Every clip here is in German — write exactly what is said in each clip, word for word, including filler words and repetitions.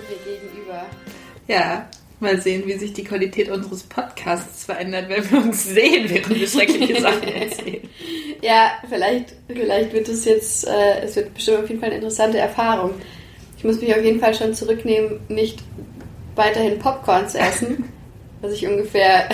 mir gegenüber. Ja, mal sehen, wie sich die Qualität unseres Podcasts verändert, wenn wir uns sehen, während wir schreckliche Sachen erzählen. Ja, vielleicht, vielleicht wird es jetzt, äh, es wird bestimmt auf jeden Fall eine interessante Erfahrung. Ich muss mich auf jeden Fall schon zurücknehmen, nicht weiterhin Popcorn zu essen, was ich ungefähr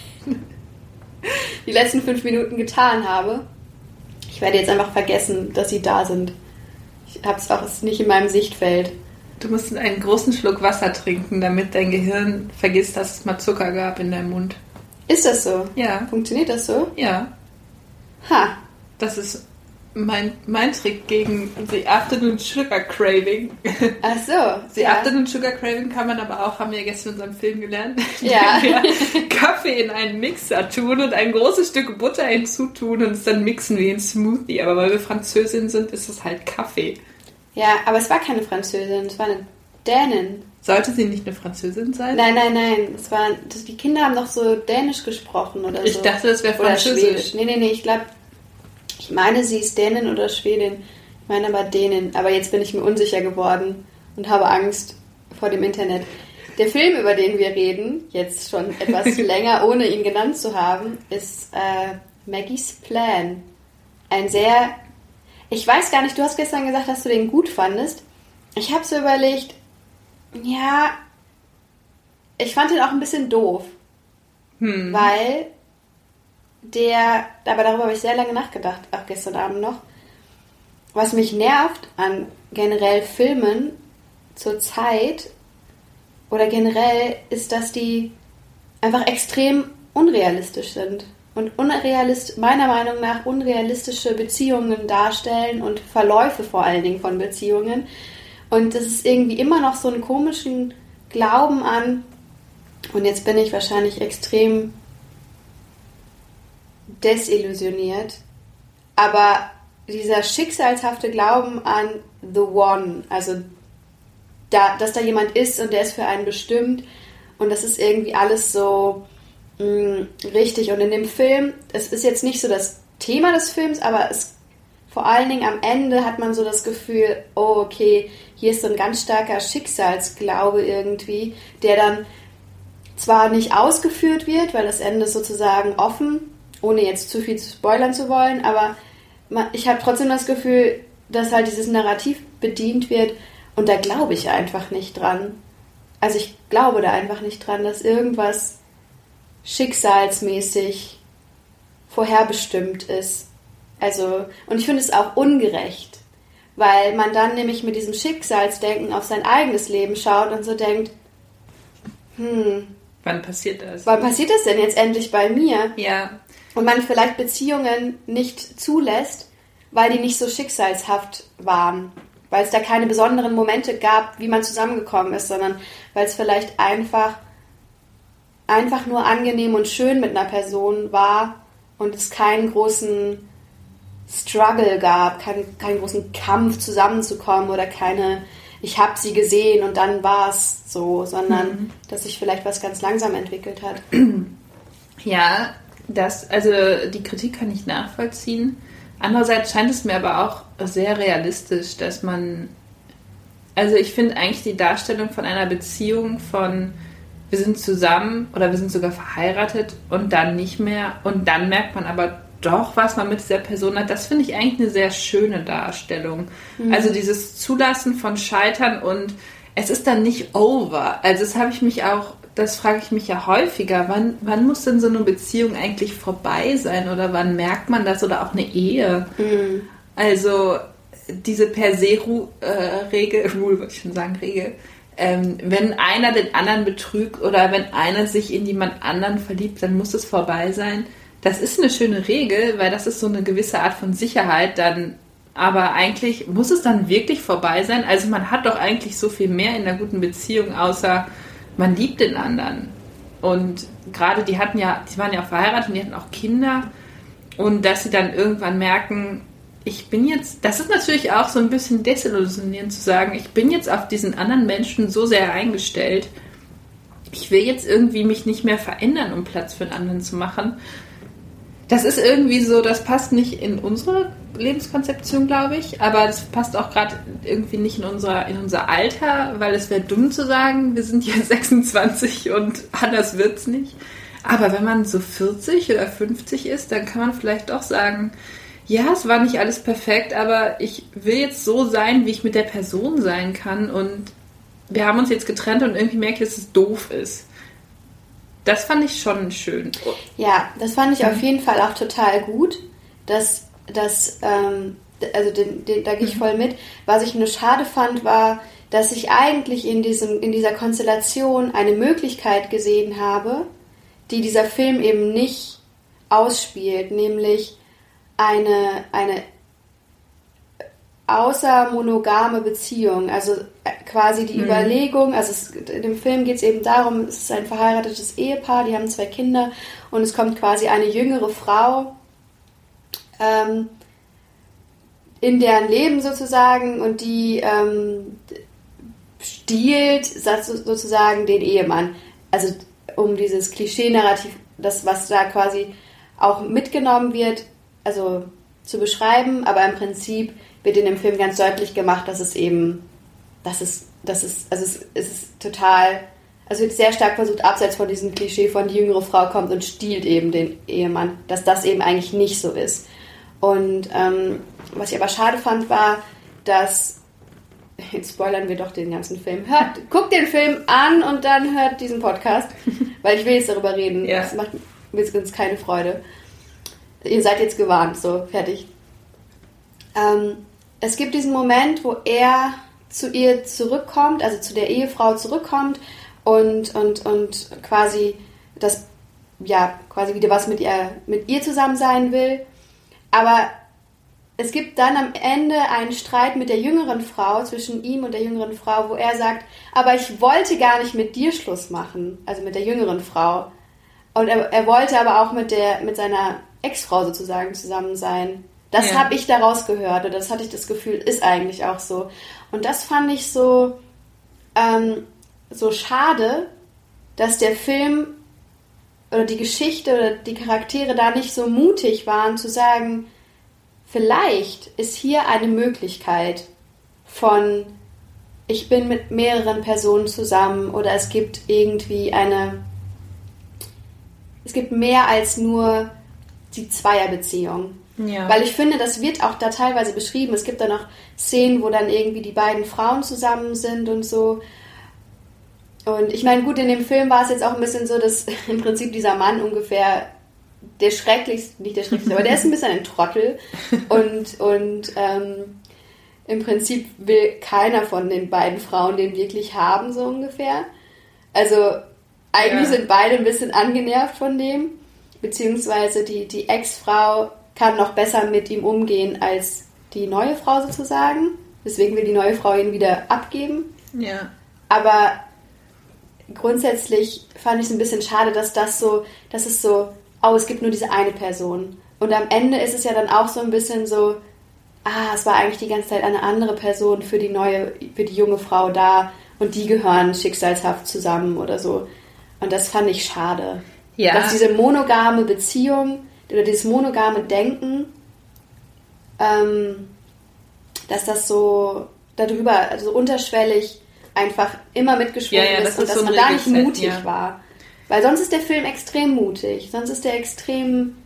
die letzten fünf Minuten getan habe. Ich werde jetzt einfach vergessen, dass sie da sind. Ich habe es auch ist nicht in meinem Sichtfeld. Du musst einen großen Schluck Wasser trinken, damit dein Gehirn vergisst, dass es mal Zucker gab in deinem Mund. Ist das so? Ja. Funktioniert das so? Ja. Ha. Das ist mein, mein Trick gegen the Afternoon Sugar Craving. Ach so. The ja. Afternoon Sugar Craving kann man aber auch, haben wir gestern in unserem Film gelernt, ja. wir Kaffee in einen Mixer tun und ein großes Stück Butter hinzutun und es dann mixen wie ein Smoothie. Aber weil wir Französin sind, ist es halt Kaffee. Ja, aber es war keine Französin, es war eine Dänin. Sollte sie nicht eine Französin sein? Nein, nein, nein. Es war, das, die Kinder haben doch so Dänisch gesprochen oder so. Ich dachte, das wäre Französisch. Oder Schwedisch. Nee, nee, nee, ich glaube, ich meine, sie ist Dänin oder Schwedin. Ich meine aber Dänin. Aber jetzt bin ich mir unsicher geworden und habe Angst vor dem Internet. Der Film, über den wir reden, jetzt schon etwas länger, ohne ihn genannt zu haben, ist äh, Maggie's Plan. Ein sehr... Ich weiß gar nicht, du hast gestern gesagt, dass du den gut fandest. Ich habe so überlegt, ja, ich fand den auch ein bisschen doof. Hm. Weil der, aber darüber habe ich sehr lange nachgedacht, auch gestern Abend noch. Was mich nervt an generell Filmen zur Zeit oder generell ist, dass die einfach extrem unrealistisch sind. Und unrealist, meiner Meinung nach unrealistische Beziehungen darstellen und Verläufe vor allen Dingen von Beziehungen. Und das ist irgendwie immer noch so einen komischen Glauben an, und jetzt bin ich wahrscheinlich extrem desillusioniert, aber dieser schicksalshafte Glauben an the one, also da, dass da jemand ist und der ist für einen bestimmt und das ist irgendwie alles so mh, richtig. Und in dem Film, es ist jetzt nicht so das Thema des Films, aber es vor allen Dingen am Ende hat man so das Gefühl, oh okay, hier ist so ein ganz starker Schicksalsglaube irgendwie, der dann zwar nicht ausgeführt wird, weil das Ende ist sozusagen offen, ohne jetzt zu viel zu spoilern zu wollen, aber man, ich habe trotzdem das Gefühl, dass halt dieses Narrativ bedient wird und da glaube ich einfach nicht dran. Also ich glaube da einfach nicht dran, dass irgendwas schicksalsmäßig vorherbestimmt ist. Also, und ich finde es auch ungerecht, weil man dann nämlich mit diesem Schicksalsdenken auf sein eigenes Leben schaut und so denkt, hm, wann passiert das? Wann passiert das denn jetzt endlich bei mir? Ja. Und man vielleicht Beziehungen nicht zulässt, weil die nicht so schicksalshaft waren. Weil es da keine besonderen Momente gab, wie man zusammengekommen ist, sondern weil es vielleicht einfach, einfach nur angenehm und schön mit einer Person war und es keinen großen Struggle gab, keinen, keinen großen Kampf zusammenzukommen oder keine, ich habe sie gesehen und dann war es so, sondern mhm. dass sich vielleicht was ganz langsam entwickelt hat. Ja, das, also die Kritik kann ich nachvollziehen. Andererseits scheint es mir aber auch sehr realistisch, dass man, also ich finde eigentlich die Darstellung von einer Beziehung von wir sind zusammen oder wir sind sogar verheiratet und dann nicht mehr und dann merkt man aber doch, was man mit dieser Person hat, das finde ich eigentlich eine sehr schöne Darstellung. Mhm. Also dieses Zulassen von Scheitern und es ist dann nicht over. Also das habe ich mich auch, das frage ich mich ja häufiger, wann, wann muss denn so eine Beziehung eigentlich vorbei sein oder wann merkt man das oder auch eine Ehe? Mhm. Also diese per se Regel, Rule würde ich schon sagen, Regel, ähm, wenn einer den anderen betrügt oder wenn einer sich in jemand anderen verliebt, dann muss es vorbei sein. Das ist eine schöne Regel, weil das ist so eine gewisse Art von Sicherheit dann, aber eigentlich muss es dann wirklich vorbei sein. Also man hat doch eigentlich so viel mehr in einer guten Beziehung, außer man liebt den anderen. Und gerade die hatten ja, die waren ja auch verheiratet und die hatten auch Kinder und dass sie dann irgendwann merken, ich bin jetzt, das ist natürlich auch so ein bisschen desillusionierend zu sagen, ich bin jetzt auf diesen anderen Menschen so sehr eingestellt, ich will jetzt irgendwie mich nicht mehr verändern, um Platz für einen anderen zu machen. Das ist irgendwie so, das passt nicht in unsere Lebenskonzeption, glaube ich, aber das passt auch gerade irgendwie nicht in, unser, in unser Alter, weil es wäre dumm zu sagen, wir sind jetzt sechsundzwanzig und anders wird's nicht. Aber wenn man so vierzig oder fünfzig ist, dann kann man vielleicht doch sagen, ja, es war nicht alles perfekt, aber ich will jetzt so sein, wie ich mit der Person sein kann und wir haben uns jetzt getrennt und irgendwie merke ich, dass es doof ist. Das fand ich schon schön. Ja, das fand ich mhm. auf jeden Fall auch total gut. Dass, dass, ähm, also den, den, da gehe ich mhm. voll mit. Was ich nur schade fand, war, dass ich eigentlich in, diesem, in dieser Konstellation eine Möglichkeit gesehen habe, die dieser Film eben nicht ausspielt, nämlich eine, eine außermonogame Beziehung, also quasi die mhm. Überlegung, also es, in dem Film geht es eben darum, es ist ein verheiratetes Ehepaar, die haben zwei Kinder und es kommt quasi eine jüngere Frau ähm, in deren Leben sozusagen und die ähm, stiehlt sozusagen den Ehemann, also um dieses Klischee-Narrativ, das was da quasi auch mitgenommen wird, also zu beschreiben, aber im Prinzip wird in dem Film ganz deutlich gemacht, dass es eben, dass es, dass es, also es, es ist total, also wird sehr stark versucht, abseits von diesem Klischee von die jüngere Frau kommt und stiehlt eben den Ehemann, dass das eben eigentlich nicht so ist. Und ähm, was ich aber schade fand, war, dass, jetzt spoilern wir doch den ganzen Film, hört, guckt den Film an und dann hört diesen Podcast, weil ich will jetzt darüber reden, ja. Das macht mir jetzt keine Freude. Ihr seid jetzt gewarnt, so, fertig. Ähm, es gibt diesen Moment, wo er zu ihr zurückkommt, also zu der Ehefrau zurückkommt und, und, und quasi das, ja, quasi wieder was mit ihr, mit ihr zusammen sein will. Aber es gibt dann am Ende einen Streit mit der jüngeren Frau, zwischen ihm und der jüngeren Frau, wo er sagt, aber ich wollte gar nicht mit dir Schluss machen, also mit der jüngeren Frau. Und er, er wollte aber auch mit der, mit seiner Ex-Frau sozusagen zusammen sein. Das ja. habe ich daraus gehört oder das hatte ich das Gefühl, ist eigentlich auch so. Und das fand ich so, ähm, so schade, dass der Film oder die Geschichte oder die Charaktere da nicht so mutig waren zu sagen, vielleicht ist hier eine Möglichkeit von, ich bin mit mehreren Personen zusammen oder es gibt irgendwie eine, es gibt mehr als nur die Zweierbeziehung. Ja. Weil ich finde, das wird auch da teilweise beschrieben. Es gibt da noch Szenen, wo dann irgendwie die beiden Frauen zusammen sind und so. Und ich meine, gut, in dem Film war es jetzt auch ein bisschen so, dass im Prinzip dieser Mann ungefähr der schrecklichste, nicht der schrecklichste, aber der ist ein bisschen ein Trottel. Und, und ähm, im Prinzip will keiner von den beiden Frauen den wirklich haben, so ungefähr. Also eigentlich ja. sind beide ein bisschen angenervt von dem. Beziehungsweise die, die Ex-Frau kann noch besser mit ihm umgehen als die neue Frau sozusagen. Deswegen will die neue Frau ihn wieder abgeben. Ja. Aber grundsätzlich fand ich es ein bisschen schade, dass das so, dass es so, oh, es gibt nur diese eine Person. Und am Ende ist es ja dann auch so ein bisschen so, ah, es war eigentlich die ganze Zeit eine andere Person für die neue, für die junge Frau da und die gehören schicksalshaft zusammen oder so. Und das fand ich schade. Ja. Dass diese monogame Beziehung oder dieses monogame Denken, ähm, dass das so darüber, also unterschwellig einfach immer mitgeschwungen ja, ja, ist und dass so man da nicht mutig ja. war. Weil sonst ist der Film extrem mutig, sonst ist der extrem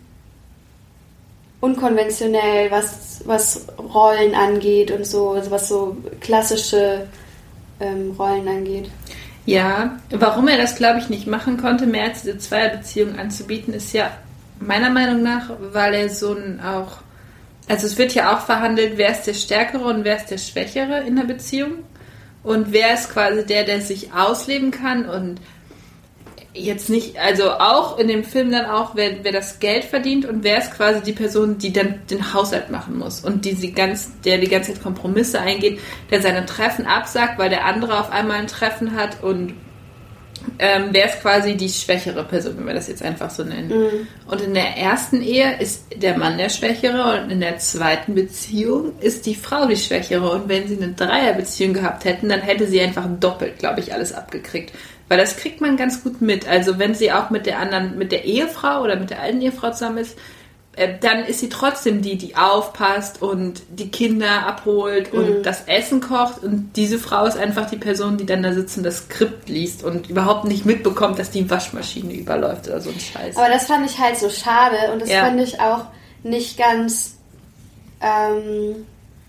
unkonventionell, was, was Rollen angeht und so, also was so klassische ähm, Rollen angeht. Ja, warum er das, glaube ich, nicht machen konnte, mehr als diese Zweierbeziehung anzubieten, ist ja meiner Meinung nach, weil er so ein auch, also es wird ja auch verhandelt, wer ist der Stärkere und wer ist der Schwächere in der Beziehung und wer ist quasi der, der sich ausleben kann und jetzt nicht, also auch in dem Film dann auch, wer, wer das Geld verdient und wer ist quasi die Person, die dann den Haushalt machen muss und die sie ganz, der die ganze Zeit Kompromisse eingeht, der seine Treffen absagt, weil der andere auf einmal ein Treffen hat und ähm, wer ist quasi die schwächere Person, wenn wir das jetzt einfach so nennen. Mhm. Und in der ersten Ehe ist der Mann der Schwächere und in der zweiten Beziehung ist die Frau die Schwächere und wenn sie eine Dreierbeziehung gehabt hätten, dann hätte sie einfach doppelt, glaube ich, alles abgekriegt. Weil das kriegt man ganz gut mit. Also wenn sie auch mit der anderen, mit der Ehefrau oder mit der alten Ehefrau zusammen ist, äh, dann ist sie trotzdem die, die aufpasst und die Kinder abholt und Mhm. das Essen kocht. Und diese Frau ist einfach die Person, die dann da sitzt und das Skript liest und überhaupt nicht mitbekommt, dass die Waschmaschine überläuft oder so ein Scheiß. Aber das fand ich halt so schade und das Ja. fand ich auch nicht ganz... Ähm,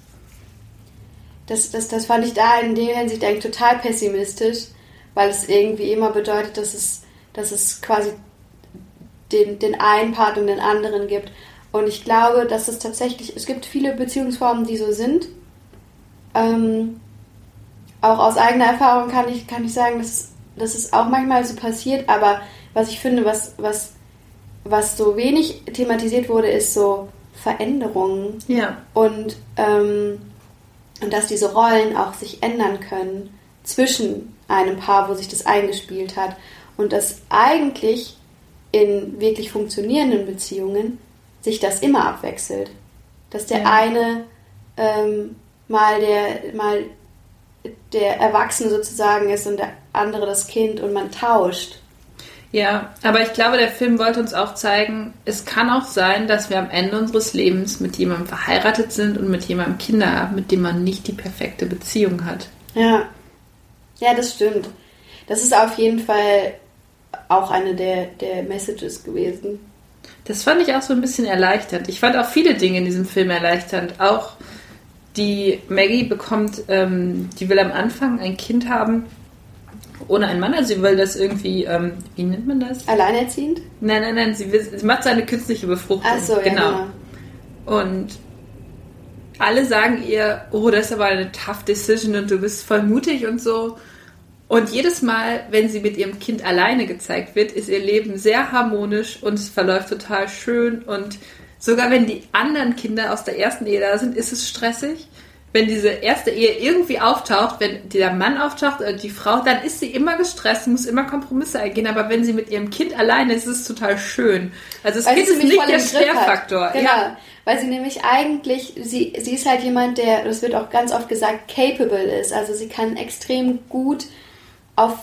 das, das, das fand ich da in der Hinsicht eigentlich total pessimistisch, weil es irgendwie immer bedeutet, dass es, dass es quasi den, den einen Part und den anderen gibt. Und ich glaube, dass es tatsächlich, es gibt viele Beziehungsformen, die so sind. Ähm, auch aus eigener Erfahrung kann ich, kann ich sagen, dass, dass es auch manchmal so passiert, aber was ich finde, was, was, was so wenig thematisiert wurde, ist so Veränderungen. Ja. Und, ähm, und dass diese Rollen auch sich ändern können zwischen einem Paar, wo sich das eingespielt hat. Und dass eigentlich in wirklich funktionierenden Beziehungen sich das immer abwechselt. Dass der Ja. eine ähm, mal der mal der Erwachsene sozusagen ist und der andere das Kind und man tauscht. Ja, aber ich glaube, der Film wollte uns auch zeigen, es kann auch sein, dass wir am Ende unseres Lebens mit jemandem verheiratet sind und mit jemandem Kinder haben, mit dem man nicht die perfekte Beziehung hat. Ja, ja, das stimmt. Das ist auf jeden Fall auch eine der, der Messages gewesen. Das fand ich auch so ein bisschen erleichternd. Ich fand auch viele Dinge in diesem Film erleichternd. Auch die Maggie bekommt, ähm, die will am Anfang ein Kind haben ohne einen Mann. Also sie will das irgendwie, ähm, wie nennt man das? Alleinerziehend? Nein, nein, nein, sie, will, sie macht so eine künstliche Befruchtung. Ach so, ja, genau. Und alle sagen ihr, oh, das ist aber eine tough decision und du bist voll mutig und so. Und jedes Mal, wenn sie mit ihrem Kind alleine gezeigt wird, ist ihr Leben sehr harmonisch und es verläuft total schön. Und sogar wenn die anderen Kinder aus der ersten Ehe da sind, ist es stressig. Wenn diese erste Ehe irgendwie auftaucht, wenn der Mann auftaucht oder die Frau, dann ist sie immer gestresst, muss immer Kompromisse eingehen. Aber wenn sie mit ihrem Kind alleine ist, ist es total schön. Also das Weil Kind sie ist nämlich nicht voll der im Griff hat. Schwerfaktor. Genau, Ja. weil sie nämlich eigentlich, sie, sie ist halt jemand, der, das wird auch ganz oft gesagt, capable ist. Also sie kann extrem gut auf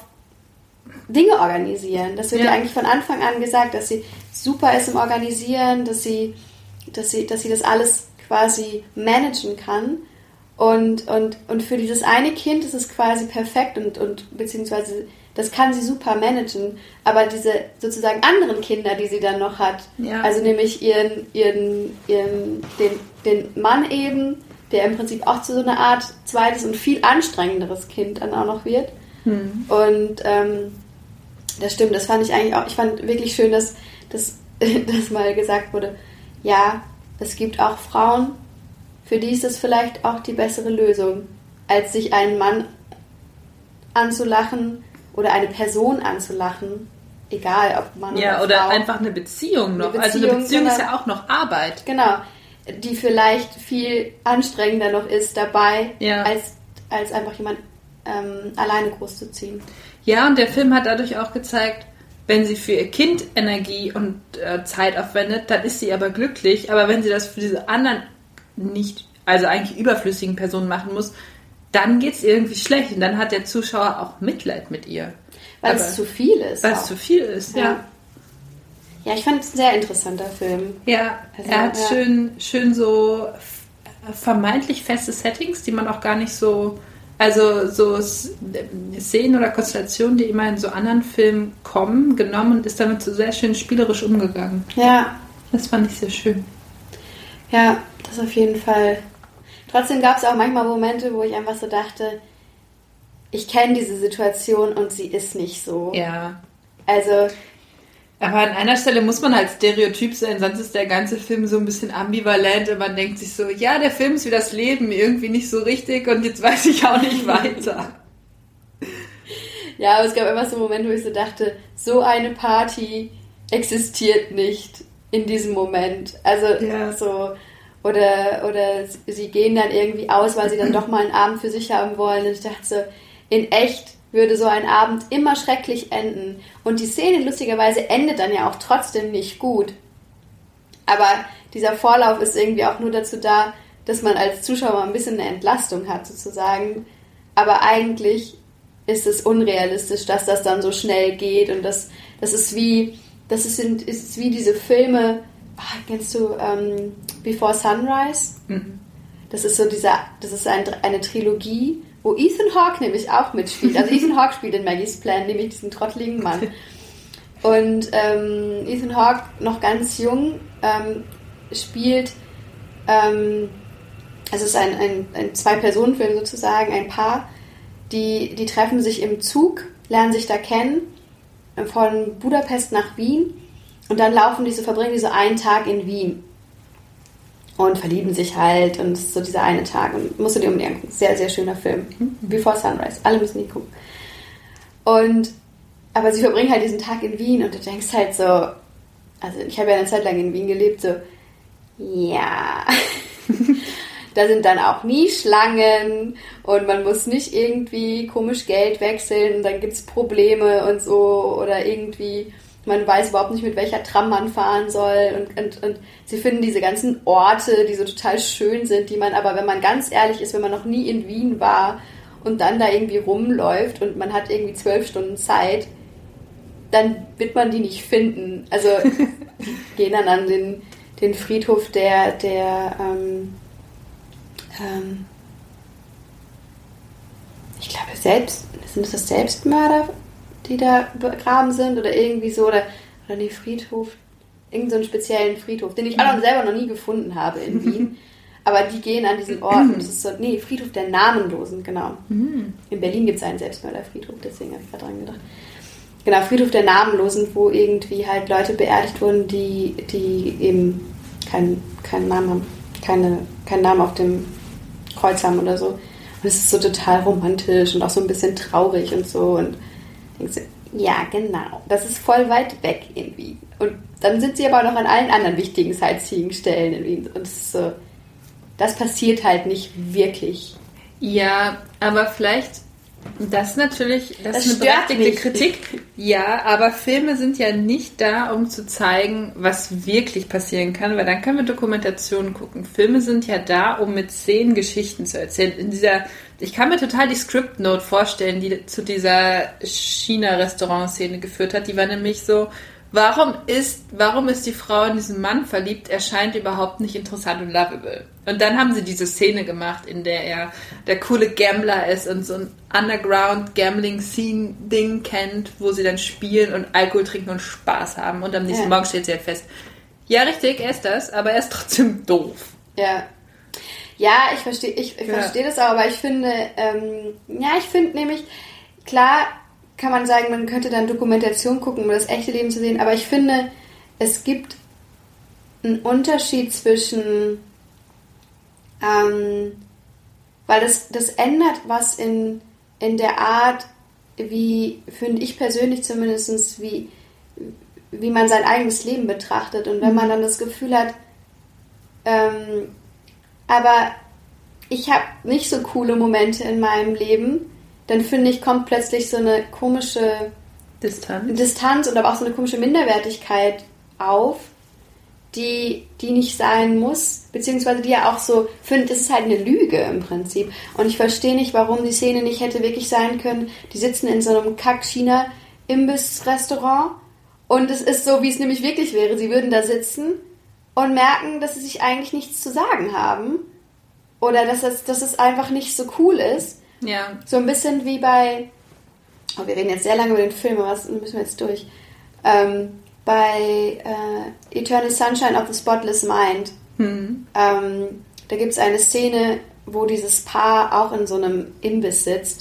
Dinge organisieren. Das wird ja. Ja. eigentlich von Anfang an gesagt, dass sie super ist im Organisieren, dass sie, dass sie, dass sie das alles quasi managen kann. Und, und, und für dieses eine Kind ist es quasi perfekt und, und beziehungsweise das kann sie super managen. Aber diese sozusagen anderen Kinder, die sie dann noch hat, Ja. also nämlich ihren, ihren, ihren den, den Mann eben, der im Prinzip auch zu so einer Art zweites und viel anstrengenderes Kind dann auch noch wird. Hm. Und ähm, das stimmt, das fand ich eigentlich auch, ich fand wirklich schön, dass, dass, dass mal gesagt wurde, ja, es gibt auch Frauen, für die ist es vielleicht auch die bessere Lösung, als sich einen Mann anzulachen oder eine Person anzulachen, egal ob Mann Ja, oder oder Frau. einfach eine Beziehung noch. Eine also eine Beziehung, Beziehung ist genau. ja auch noch Arbeit. Genau, die vielleicht viel anstrengender noch ist dabei, Ja. als, als einfach jemand ähm, alleine großzuziehen. Ja, und der Film hat dadurch auch gezeigt, wenn sie für ihr Kind Energie und äh, Zeit aufwendet, dann ist sie aber glücklich. Aber wenn sie das für diese anderen nicht, also eigentlich überflüssigen Personen machen muss, dann geht es irgendwie schlecht. Und dann hat der Zuschauer auch Mitleid mit ihr. Weil aber es zu viel ist. Weil auch. es zu viel ist, ja. Ja. Ja, ich fand es ein sehr interessanter Film. Ja, Also, er hat ja. schön, schön so vermeintlich feste Settings, die man auch gar nicht so, also so S- Szenen oder Konstellationen, die immer in so anderen Filmen kommen, genommen und ist damit so sehr schön spielerisch umgegangen. Ja, Das fand ich sehr schön. ja, das auf jeden Fall. Trotzdem gab es auch manchmal Momente, wo ich einfach so dachte, ich kenne diese Situation und sie ist nicht so. Ja. Also, Aber an einer Stelle muss man halt Stereotyp sein, sonst ist der ganze Film so ein bisschen ambivalent und man denkt sich so, ja, der Film ist wie das Leben, irgendwie nicht so richtig und jetzt weiß ich auch nicht weiter. ja, aber es gab immer so Momente, wo ich so dachte, so eine Party existiert nicht in diesem Moment. Also Ja. so, oder, oder sie gehen dann irgendwie aus, weil sie dann doch mal einen Abend für sich haben wollen. Und ich dachte so, in echt würde so ein Abend immer schrecklich enden. Und die Szene lustigerweise endet dann ja auch trotzdem nicht gut. Aber dieser Vorlauf ist irgendwie auch nur dazu da, dass man als Zuschauer ein bisschen eine Entlastung hat sozusagen. Aber eigentlich ist es unrealistisch, dass das dann so schnell geht. Und das, das ist wie, das ist, ist wie diese Filme, ach, kennst du ähm, Before Sunrise? Mhm. Das ist so dieser, das ist ein, eine Trilogie, wo Ethan Hawke nämlich auch mitspielt. Also Ethan Hawke spielt in Maggie's Plan, nämlich diesen trotteligen Mann. Und ähm, Ethan Hawke, noch ganz jung, ähm, spielt, ähm, also es ist ein, ein, ein Zwei-Personen-Film sozusagen, ein Paar, die, die treffen sich im Zug, lernen sich da kennen, von Budapest nach Wien, und dann laufen die so, verbringen die so einen Tag in Wien. Und verlieben sich halt, und es ist so dieser eine Tag. Und musst du dir unbedingt angucken. Sehr, sehr schöner Film. Mhm. Before Sunrise. Alle müssen die gucken. Und, aber sie verbringen halt diesen Tag in Wien, und du denkst halt so, also ich habe ja eine Zeit lang in Wien gelebt, so, ja, da sind dann auch nie Schlangen, und man muss nicht irgendwie komisch Geld wechseln, und dann gibt es Probleme und so, oder irgendwie... Man weiß überhaupt nicht, mit welcher Tram man fahren soll, und, und, und sie finden diese ganzen Orte, die so total schön sind, die man aber, wenn man ganz ehrlich ist, wenn man noch nie in Wien war und dann da irgendwie rumläuft und man hat irgendwie zwölf Stunden Zeit, dann wird man die nicht finden. Also gehen dann an den, den Friedhof der, der ähm, ähm, ich glaube selbst, sind das Selbstmörder, die da begraben sind, oder irgendwie so, oder, oder nee, Friedhof, irgend so einen speziellen Friedhof, den ich auch noch selber noch nie gefunden habe in Wien, aber die gehen an diesen Orten, das ist so, nee, Friedhof der Namenlosen, genau. In Berlin gibt es einen Selbstmörderfriedhof, deswegen habe ich gerade dran gedacht. Genau, Friedhof der Namenlosen, wo irgendwie halt Leute beerdigt wurden, die, die eben keinen keinen Namen haben, keine, keinen Namen auf dem Kreuz haben oder so. Und es ist so total romantisch und auch so ein bisschen traurig und so, und ja, genau. Das ist voll weit weg in Wien. Und dann sind sie aber noch an allen anderen wichtigen Sightseeing-Stellen in Wien. Und das, ist so, das passiert halt nicht wirklich. Ja, aber vielleicht, das natürlich, das, das ist eine berechtigte Kritik. Ja, aber Filme sind ja nicht da, um zu zeigen, was wirklich passieren kann, weil dann können wir Dokumentationen gucken. Filme sind ja da, um mit Szenen Geschichten zu erzählen. In dieser, ich kann mir total die Script-Note vorstellen, die zu dieser China-Restaurant-Szene geführt hat. Die war nämlich so, warum ist, warum ist die Frau in diesen Mann verliebt? Er scheint überhaupt nicht interessant und lovable. Und dann haben sie diese Szene gemacht, in der er der coole Gambler ist und so ein Underground-Gambling-Scene-Ding kennt, wo sie dann spielen und Alkohol trinken und Spaß haben. Und am nächsten ja. Morgen steht sie halt fest, ja, richtig, er ist das, aber er ist trotzdem doof. Ja. Ja, ich verstehe ich, ich ja. verstehe das auch, aber ich finde, ähm, ja, ich finde nämlich, klar kann man sagen, man könnte dann Dokumentation gucken, um das echte Leben zu sehen, aber ich finde, es gibt einen Unterschied zwischen, ähm, weil das, das ändert was in, in der Art, wie, finde ich persönlich zumindest, wie, wie man sein eigenes Leben betrachtet, und wenn man dann das Gefühl hat, ähm, aber ich habe nicht so coole Momente in meinem Leben, dann finde ich, kommt plötzlich so eine komische Distanz, Distanz und aber auch so eine komische Minderwertigkeit auf, die, die nicht sein muss, beziehungsweise die ja auch so, finde, das ist halt eine Lüge im Prinzip. Und ich verstehe nicht, warum die Szene nicht hätte wirklich sein können, die sitzen in so einem Kack-China-Imbiss-Restaurant, und es ist so, wie es nämlich wirklich wäre. Sie würden da sitzen und merken, dass sie sich eigentlich nichts zu sagen haben, oder dass es, dass es einfach nicht so cool ist. Ja. So ein bisschen wie bei, oh, wir reden jetzt sehr lange über den Film, aber das müssen wir jetzt durch. Ähm, bei äh, Eternal Sunshine of the Spotless Mind, hm. ähm, da gibt es eine Szene, wo dieses Paar auch in so einem Imbiss sitzt.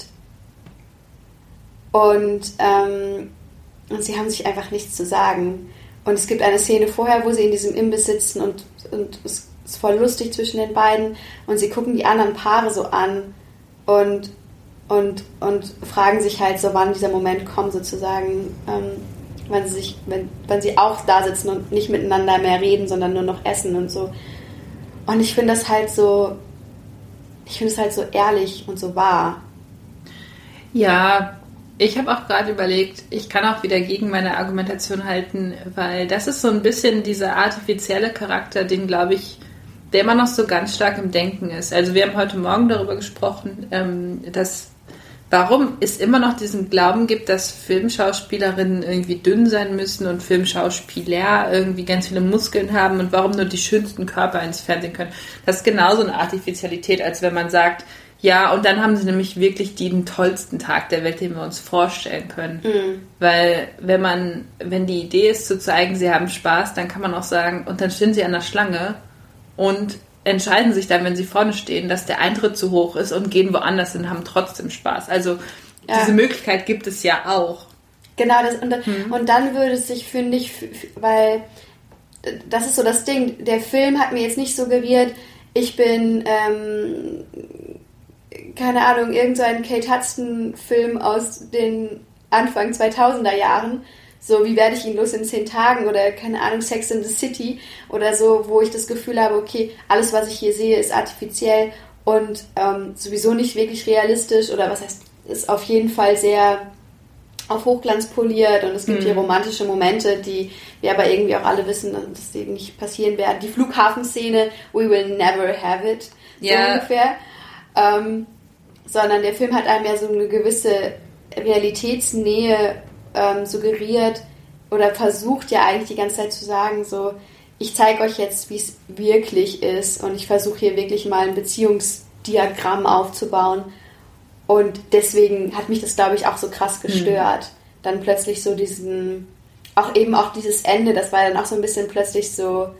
Und, ähm, und sie haben sich einfach nichts zu sagen. Und es gibt eine Szene vorher, wo sie in diesem Imbiss sitzen, und, und es ist voll lustig zwischen den beiden, und sie gucken die anderen Paare so an und, und, und fragen sich halt so, wann dieser Moment kommt sozusagen, ähm, wenn sie sich, wenn, wenn sie auch da sitzen und nicht miteinander mehr reden, sondern nur noch essen und so. Und ich finde das halt so, ich finde es halt so ehrlich und so wahr. Ja, ich habe auch gerade überlegt, ich kann auch wieder gegen meine Argumentation halten, weil das ist so ein bisschen dieser artifizielle Charakter, den, glaube ich, der immer noch so ganz stark im Denken ist. Also wir haben heute Morgen darüber gesprochen, ähm, dass warum es immer noch diesen Glauben gibt, dass Filmschauspielerinnen irgendwie dünn sein müssen und Filmschauspieler irgendwie ganz viele Muskeln haben und warum nur die schönsten Körper ins Fernsehen können. Das ist genauso eine Artificialität, als wenn man sagt, ja, und dann haben sie nämlich wirklich den tollsten Tag der Welt, den wir uns vorstellen können. Mhm. Weil wenn man, wenn die Idee ist zu zeigen, sie haben Spaß, dann kann man auch sagen, und dann stehen sie an der Schlange und entscheiden sich dann, wenn sie vorne stehen, dass der Eintritt zu hoch ist und gehen woanders hin und haben trotzdem Spaß. Also ja. Diese Möglichkeit gibt es ja auch. Genau, das, und, mhm. und dann würde es sich, finde ich, weil das ist so das Ding, der Film hat mir jetzt nicht suggeriert, ich bin ähm, keine Ahnung, irgend so ein Kate Hudson-Film aus den Anfang zweitausender Jahren, so wie werde ich ihn los in zehn Tagen oder keine Ahnung, Sex in the City oder so, wo ich das Gefühl habe, okay, alles, was ich hier sehe, ist artifiziell und ähm, sowieso nicht wirklich realistisch oder was heißt, ist auf jeden Fall sehr auf Hochglanz poliert und es gibt mhm. hier romantische Momente, die wir aber irgendwie auch alle wissen, dass die nicht passieren werden. Die Flughafenszene, we will never have it, so yeah. ungefähr. Ähm, sondern der Film hat einem ja so eine gewisse Realitätsnähe ähm, suggeriert oder versucht ja eigentlich die ganze Zeit zu sagen, so, ich zeige euch jetzt, wie es wirklich ist und ich versuche hier wirklich mal ein Beziehungsdiagramm aufzubauen und deswegen hat mich das, glaube ich, auch so krass gestört. Mhm. Dann plötzlich so diesen, auch eben auch dieses Ende, das war dann auch so ein bisschen plötzlich so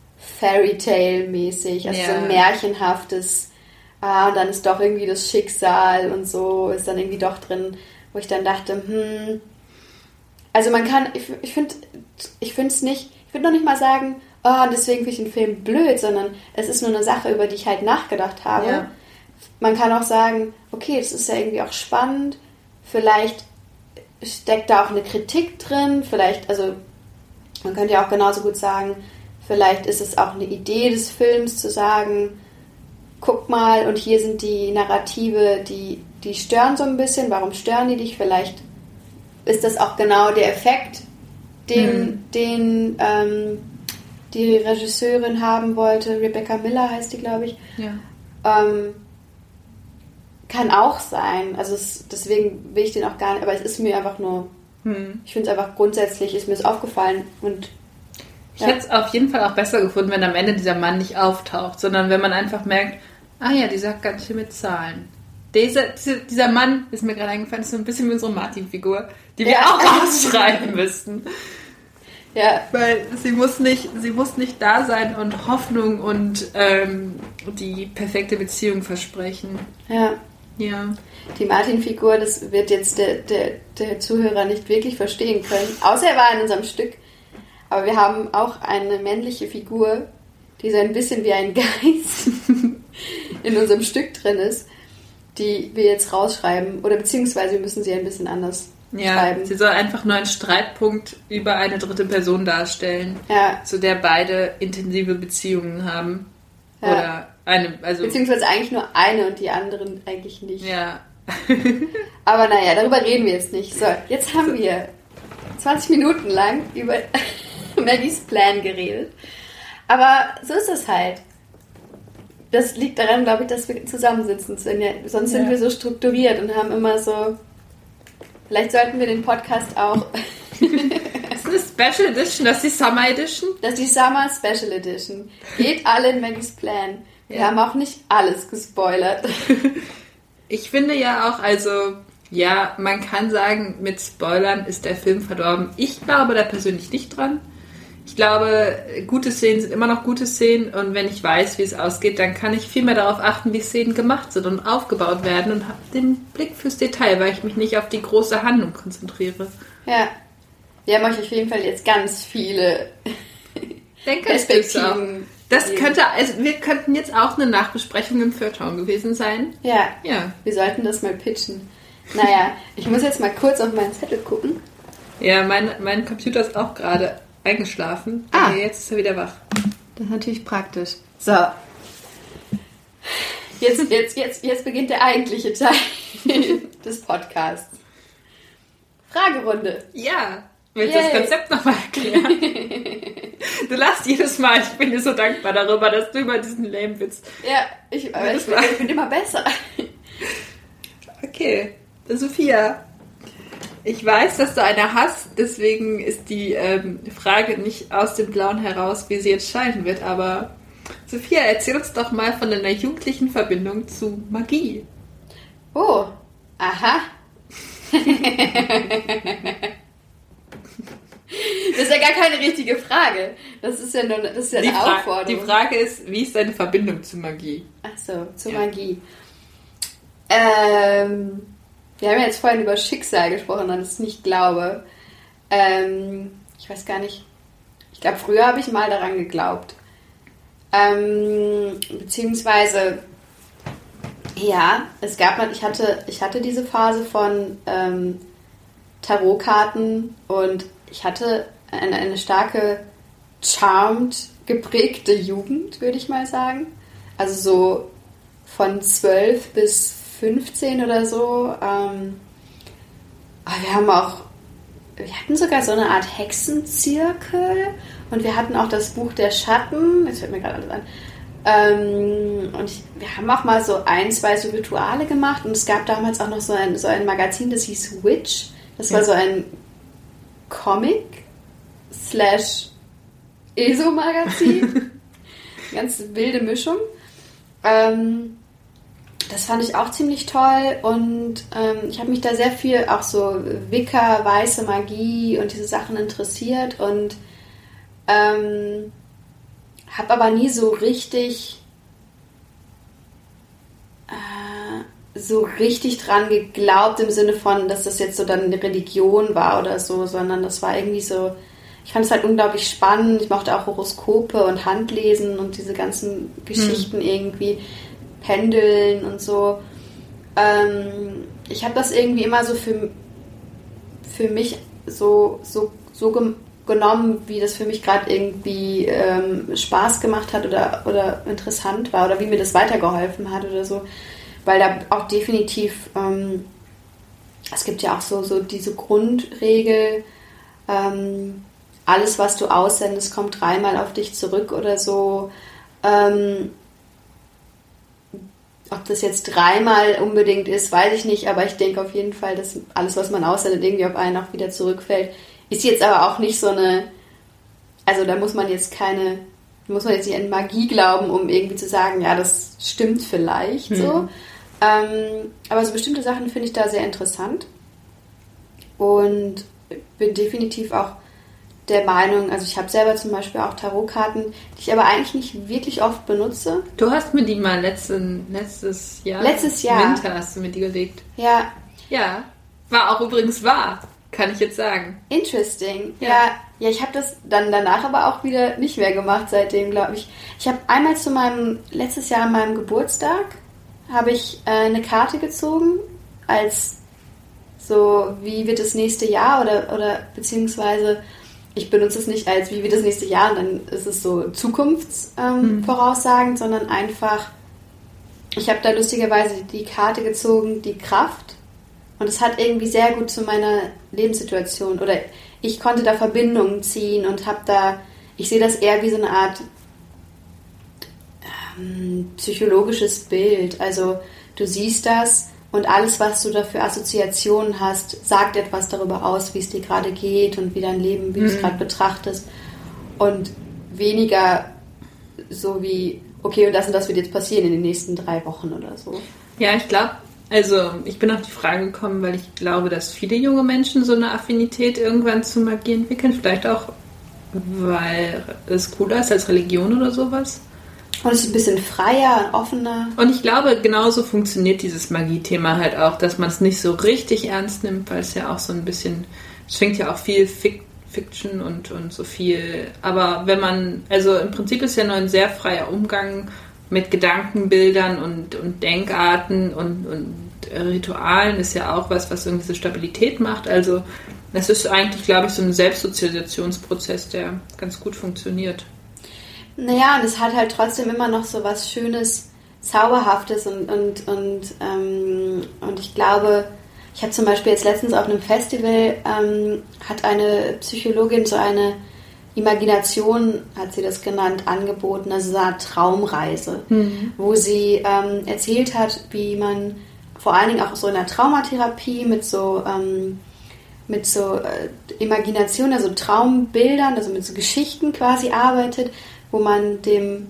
Fairy-Tale-mäßig, also ja. so ein märchenhaftes, ah, und dann ist doch irgendwie das Schicksal und so ist dann irgendwie doch drin, wo ich dann dachte, hm, also man kann, ich, ich finde ich finde es nicht, ich würde noch nicht mal sagen, oh, deswegen finde ich den Film blöd, sondern es ist nur eine Sache, über die ich halt nachgedacht habe. Ja. Man kann auch sagen, okay, das ist ja irgendwie auch spannend, vielleicht steckt da auch eine Kritik drin, vielleicht, also man könnte ja auch genauso gut sagen, vielleicht ist es auch eine Idee des Films zu sagen, guck mal, und hier sind die Narrative, die, die stören so ein bisschen. Warum stören die dich? Vielleicht ist das auch genau der Effekt, den, mhm. den ähm, die Regisseurin haben wollte. Rebecca Miller heißt die, glaube ich. Ja. Ähm, kann auch sein. Also es, deswegen will ich den auch gar nicht, aber es ist mir einfach nur, mhm. ich finde es einfach grundsätzlich, ist mir es aufgefallen und ich ja. hätte es auf jeden Fall auch besser gefunden, wenn am Ende dieser Mann nicht auftaucht, sondern wenn man einfach merkt, ah ja, die sagt ganz viel mit Zahlen. Dieser, dieser Mann, ist mir gerade eingefallen, ist so ein bisschen wie unsere Martin-Figur, die wir ja. auch rausschreiben müssten. Ja. Weil sie muss nicht, sie muss nicht da sein und Hoffnung und ähm, die perfekte Beziehung versprechen. Ja. Ja. Die Martin-Figur, das wird jetzt der, der, der Zuhörer nicht wirklich verstehen können, außer er war in unserem Stück. Aber wir haben auch eine männliche Figur, die so ein bisschen wie ein Geist in unserem Stück drin ist, die wir jetzt rausschreiben. Oder beziehungsweise wir müssen sie ein bisschen anders ja, schreiben. Sie soll einfach nur einen Streitpunkt über eine dritte Person darstellen, ja. zu der beide intensive Beziehungen haben. Ja. Oder eine, also beziehungsweise eigentlich nur eine und die anderen eigentlich nicht. Ja. Aber naja, darüber reden wir jetzt nicht. So, jetzt haben so. wir zwanzig Minuten lang über Maggies Plan geredet. Aber so ist es halt. Das liegt daran, glaube ich, dass wir zusammensitzen. Sonst sind ja. wir so strukturiert und haben immer so... Vielleicht sollten wir den Podcast auch... Das ist eine Special Edition, das ist die Summer Edition. Das ist die Summer Special Edition. Geht alle in Maggies Plan. Wir ja. haben auch nicht alles gespoilert. Ich finde ja auch, also... Ja, man kann sagen, mit Spoilern ist der Film verdorben. Ich glaube da persönlich nicht dran. Ich glaube, gute Szenen sind immer noch gute Szenen und wenn ich weiß, wie es ausgeht, dann kann ich viel mehr darauf achten, wie Szenen gemacht sind und aufgebaut werden und habe den Blick fürs Detail, weil ich mich nicht auf die große Handlung konzentriere. Ja, wir haben euch auf jeden Fall jetzt ganz viele Perspektiven. Das könnte, also wir könnten jetzt auch eine Nachbesprechung im Feuilleton gewesen sein. Ja, ja, wir sollten das mal pitchen. Naja, ich muss jetzt mal kurz auf meinen Zettel gucken. Ja, mein, mein Computer ist auch gerade eingeschlafen. Ah, aber jetzt ist er wieder wach. Das ist natürlich praktisch. So. Jetzt, jetzt, jetzt, jetzt beginnt der eigentliche Teil des Podcasts. Fragerunde. Ja. Willst du das Konzept nochmal erklären? Du lachst jedes Mal. Ich bin dir so dankbar darüber, dass du über diesen Lame-Witz... Ja, ich, aber ich, ich bin immer besser. Okay. Sophia, ich weiß, dass du eine hast, deswegen ist die ähm, Frage nicht aus dem Blauen heraus, wie sie jetzt scheiden wird, aber Sophia, erzähl uns doch mal von deiner jugendlichen Verbindung zu Magie. Oh, aha. Das ist ja gar keine richtige Frage. Das ist ja, nur, das ist ja eine die Fra- Aufforderung. Die Frage ist, wie ist deine Verbindung zu Magie? Ach so, zu Ja. Magie. Ähm, wir haben ja jetzt vorhin über Schicksal gesprochen, an das ich nicht glaube. Ähm, ich weiß gar nicht. Ich glaube, früher habe ich mal daran geglaubt. Ähm, beziehungsweise, ja, es gab mal, ich hatte, ich hatte diese Phase von ähm, Tarotkarten und ich hatte eine, eine starke charmed geprägte Jugend, würde ich mal sagen. Also so von zwölf bis fünfzehn oder so. Ähm, aber wir haben auch, wir hatten sogar so eine Art Hexenzirkel und wir hatten auch das Buch der Schatten, das fällt mir gerade alles an. Ähm, und ich, wir haben auch mal so ein, zwei so Rituale gemacht und es gab damals auch noch so ein, so ein Magazin, das hieß Witch. Das war Ja. so ein Comic slash ESO-Magazin. Ganz wilde Mischung. Ähm, das fand ich auch ziemlich toll und ähm, ich habe mich da sehr viel auch so Wicca, weiße Magie und diese Sachen interessiert und ähm, habe aber nie so richtig äh, so richtig dran geglaubt im Sinne von, dass das jetzt so dann eine Religion war oder so, sondern das war irgendwie so, ich fand es halt unglaublich spannend. Ich mochte auch Horoskope und Handlesen und diese ganzen Geschichten hm. irgendwie, Pendeln und so. Ähm, ich habe das irgendwie immer so für, für mich so, so, so ge- genommen, wie das für mich gerade irgendwie ähm, Spaß gemacht hat oder, oder interessant war oder wie mir das weitergeholfen hat oder so. Weil da auch definitiv, ähm, es gibt ja auch so, so diese Grundregel, ähm, alles, was du aussendest, kommt dreimal auf dich zurück oder so. Ähm, ob das jetzt dreimal unbedingt ist, weiß ich nicht, aber ich denke auf jeden Fall, dass alles, was man aussendet, irgendwie auf einen auch wieder zurückfällt. Ist jetzt aber auch nicht so eine, also da muss man jetzt keine, muss man jetzt nicht an Magie glauben, um irgendwie zu sagen, ja, das stimmt vielleicht hm. so. Ähm, aber so bestimmte Sachen finde ich da sehr interessant und bin definitiv auch der Meinung, also ich habe selber zum Beispiel auch Tarotkarten, die ich aber eigentlich nicht wirklich oft benutze. Du hast mir die mal letzten, letztes Jahr, letztes Jahr. Winter hast du mir die gelegt. Ja. Ja, war auch übrigens wahr, kann ich jetzt sagen. Interesting. Ja, ja, ja ich habe das dann danach aber auch wieder nicht mehr gemacht seitdem, glaube ich. Ich habe einmal zu meinem, letztes Jahr an meinem Geburtstag, habe ich äh, eine Karte gezogen als so, wie wird das nächste Jahr oder, oder beziehungsweise ich benutze es nicht als, wie wird das nächste Jahr und dann ist es so zukunftsvoraussagend, ähm, hm. sondern einfach, ich habe da lustigerweise die Karte gezogen, die Kraft und es hat irgendwie sehr gut zu meiner Lebenssituation oder ich konnte da Verbindungen ziehen und habe da, ich sehe das eher wie so eine Art ähm, psychologisches Bild, also du siehst das und alles, was du da für Assoziationen hast, sagt etwas darüber aus, wie es dir gerade geht und wie dein Leben, wie mhm. du es gerade betrachtest. Und weniger so wie, okay, und das und das wird jetzt passieren in den nächsten drei Wochen oder so. Ja, ich glaube, also ich bin auf die Frage gekommen, weil ich glaube, dass viele junge Menschen so eine Affinität irgendwann zu Magie entwickeln. Vielleicht auch, weil es cooler ist als Religion oder sowas. Und es ist ein bisschen freier, offener. Und ich glaube, genauso funktioniert dieses Magie-Thema halt auch, dass man es nicht so richtig ernst nimmt, weil es ja auch so ein bisschen, es schwingt ja auch viel Fic- Fiction und, und so viel. Aber wenn man, also im Prinzip ist ja nur ein sehr freier Umgang mit Gedankenbildern und, und Denkarten und, und Ritualen ist ja auch was, was irgendwie so Stabilität macht. Also es ist eigentlich, glaube ich, so ein Selbstsozialisationsprozess, der ganz gut funktioniert. Naja, und es hat halt trotzdem immer noch so was Schönes, Zauberhaftes und, und, und, ähm, und ich glaube, ich habe zum Beispiel jetzt letztens auf einem Festival, ähm, hat eine Psychologin so eine Imagination, hat sie das genannt, angeboten, also so eine Traumreise, mhm. wo sie ähm, erzählt hat, wie man vor allen Dingen auch so in der Traumatherapie mit so, ähm, mit so äh, Imagination, also Traumbildern, also mit so Geschichten quasi arbeitet, wo man dem,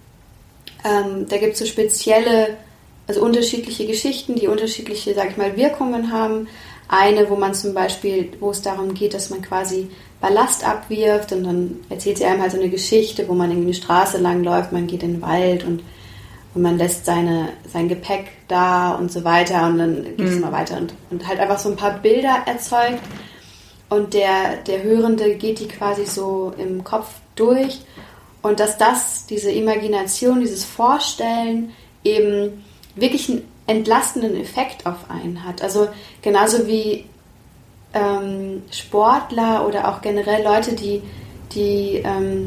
ähm, da gibt es so spezielle, also unterschiedliche Geschichten, die unterschiedliche, sag ich mal, Wirkungen haben. Eine, wo man zum Beispiel, wo es darum geht, dass man quasi Ballast abwirft und dann erzählt sie einem halt so eine Geschichte, wo man irgendwie eine Straße lang läuft, man geht in den Wald und, und man lässt seine, sein Gepäck da und so weiter und dann geht es mhm. mal weiter und, und halt einfach so ein paar Bilder erzeugt und der, der Hörende geht die quasi so im Kopf durch und dass das, diese Imagination, dieses Vorstellen eben wirklich einen entlastenden Effekt auf einen hat. Also genauso wie ähm, Sportler oder auch generell Leute, die die, ähm,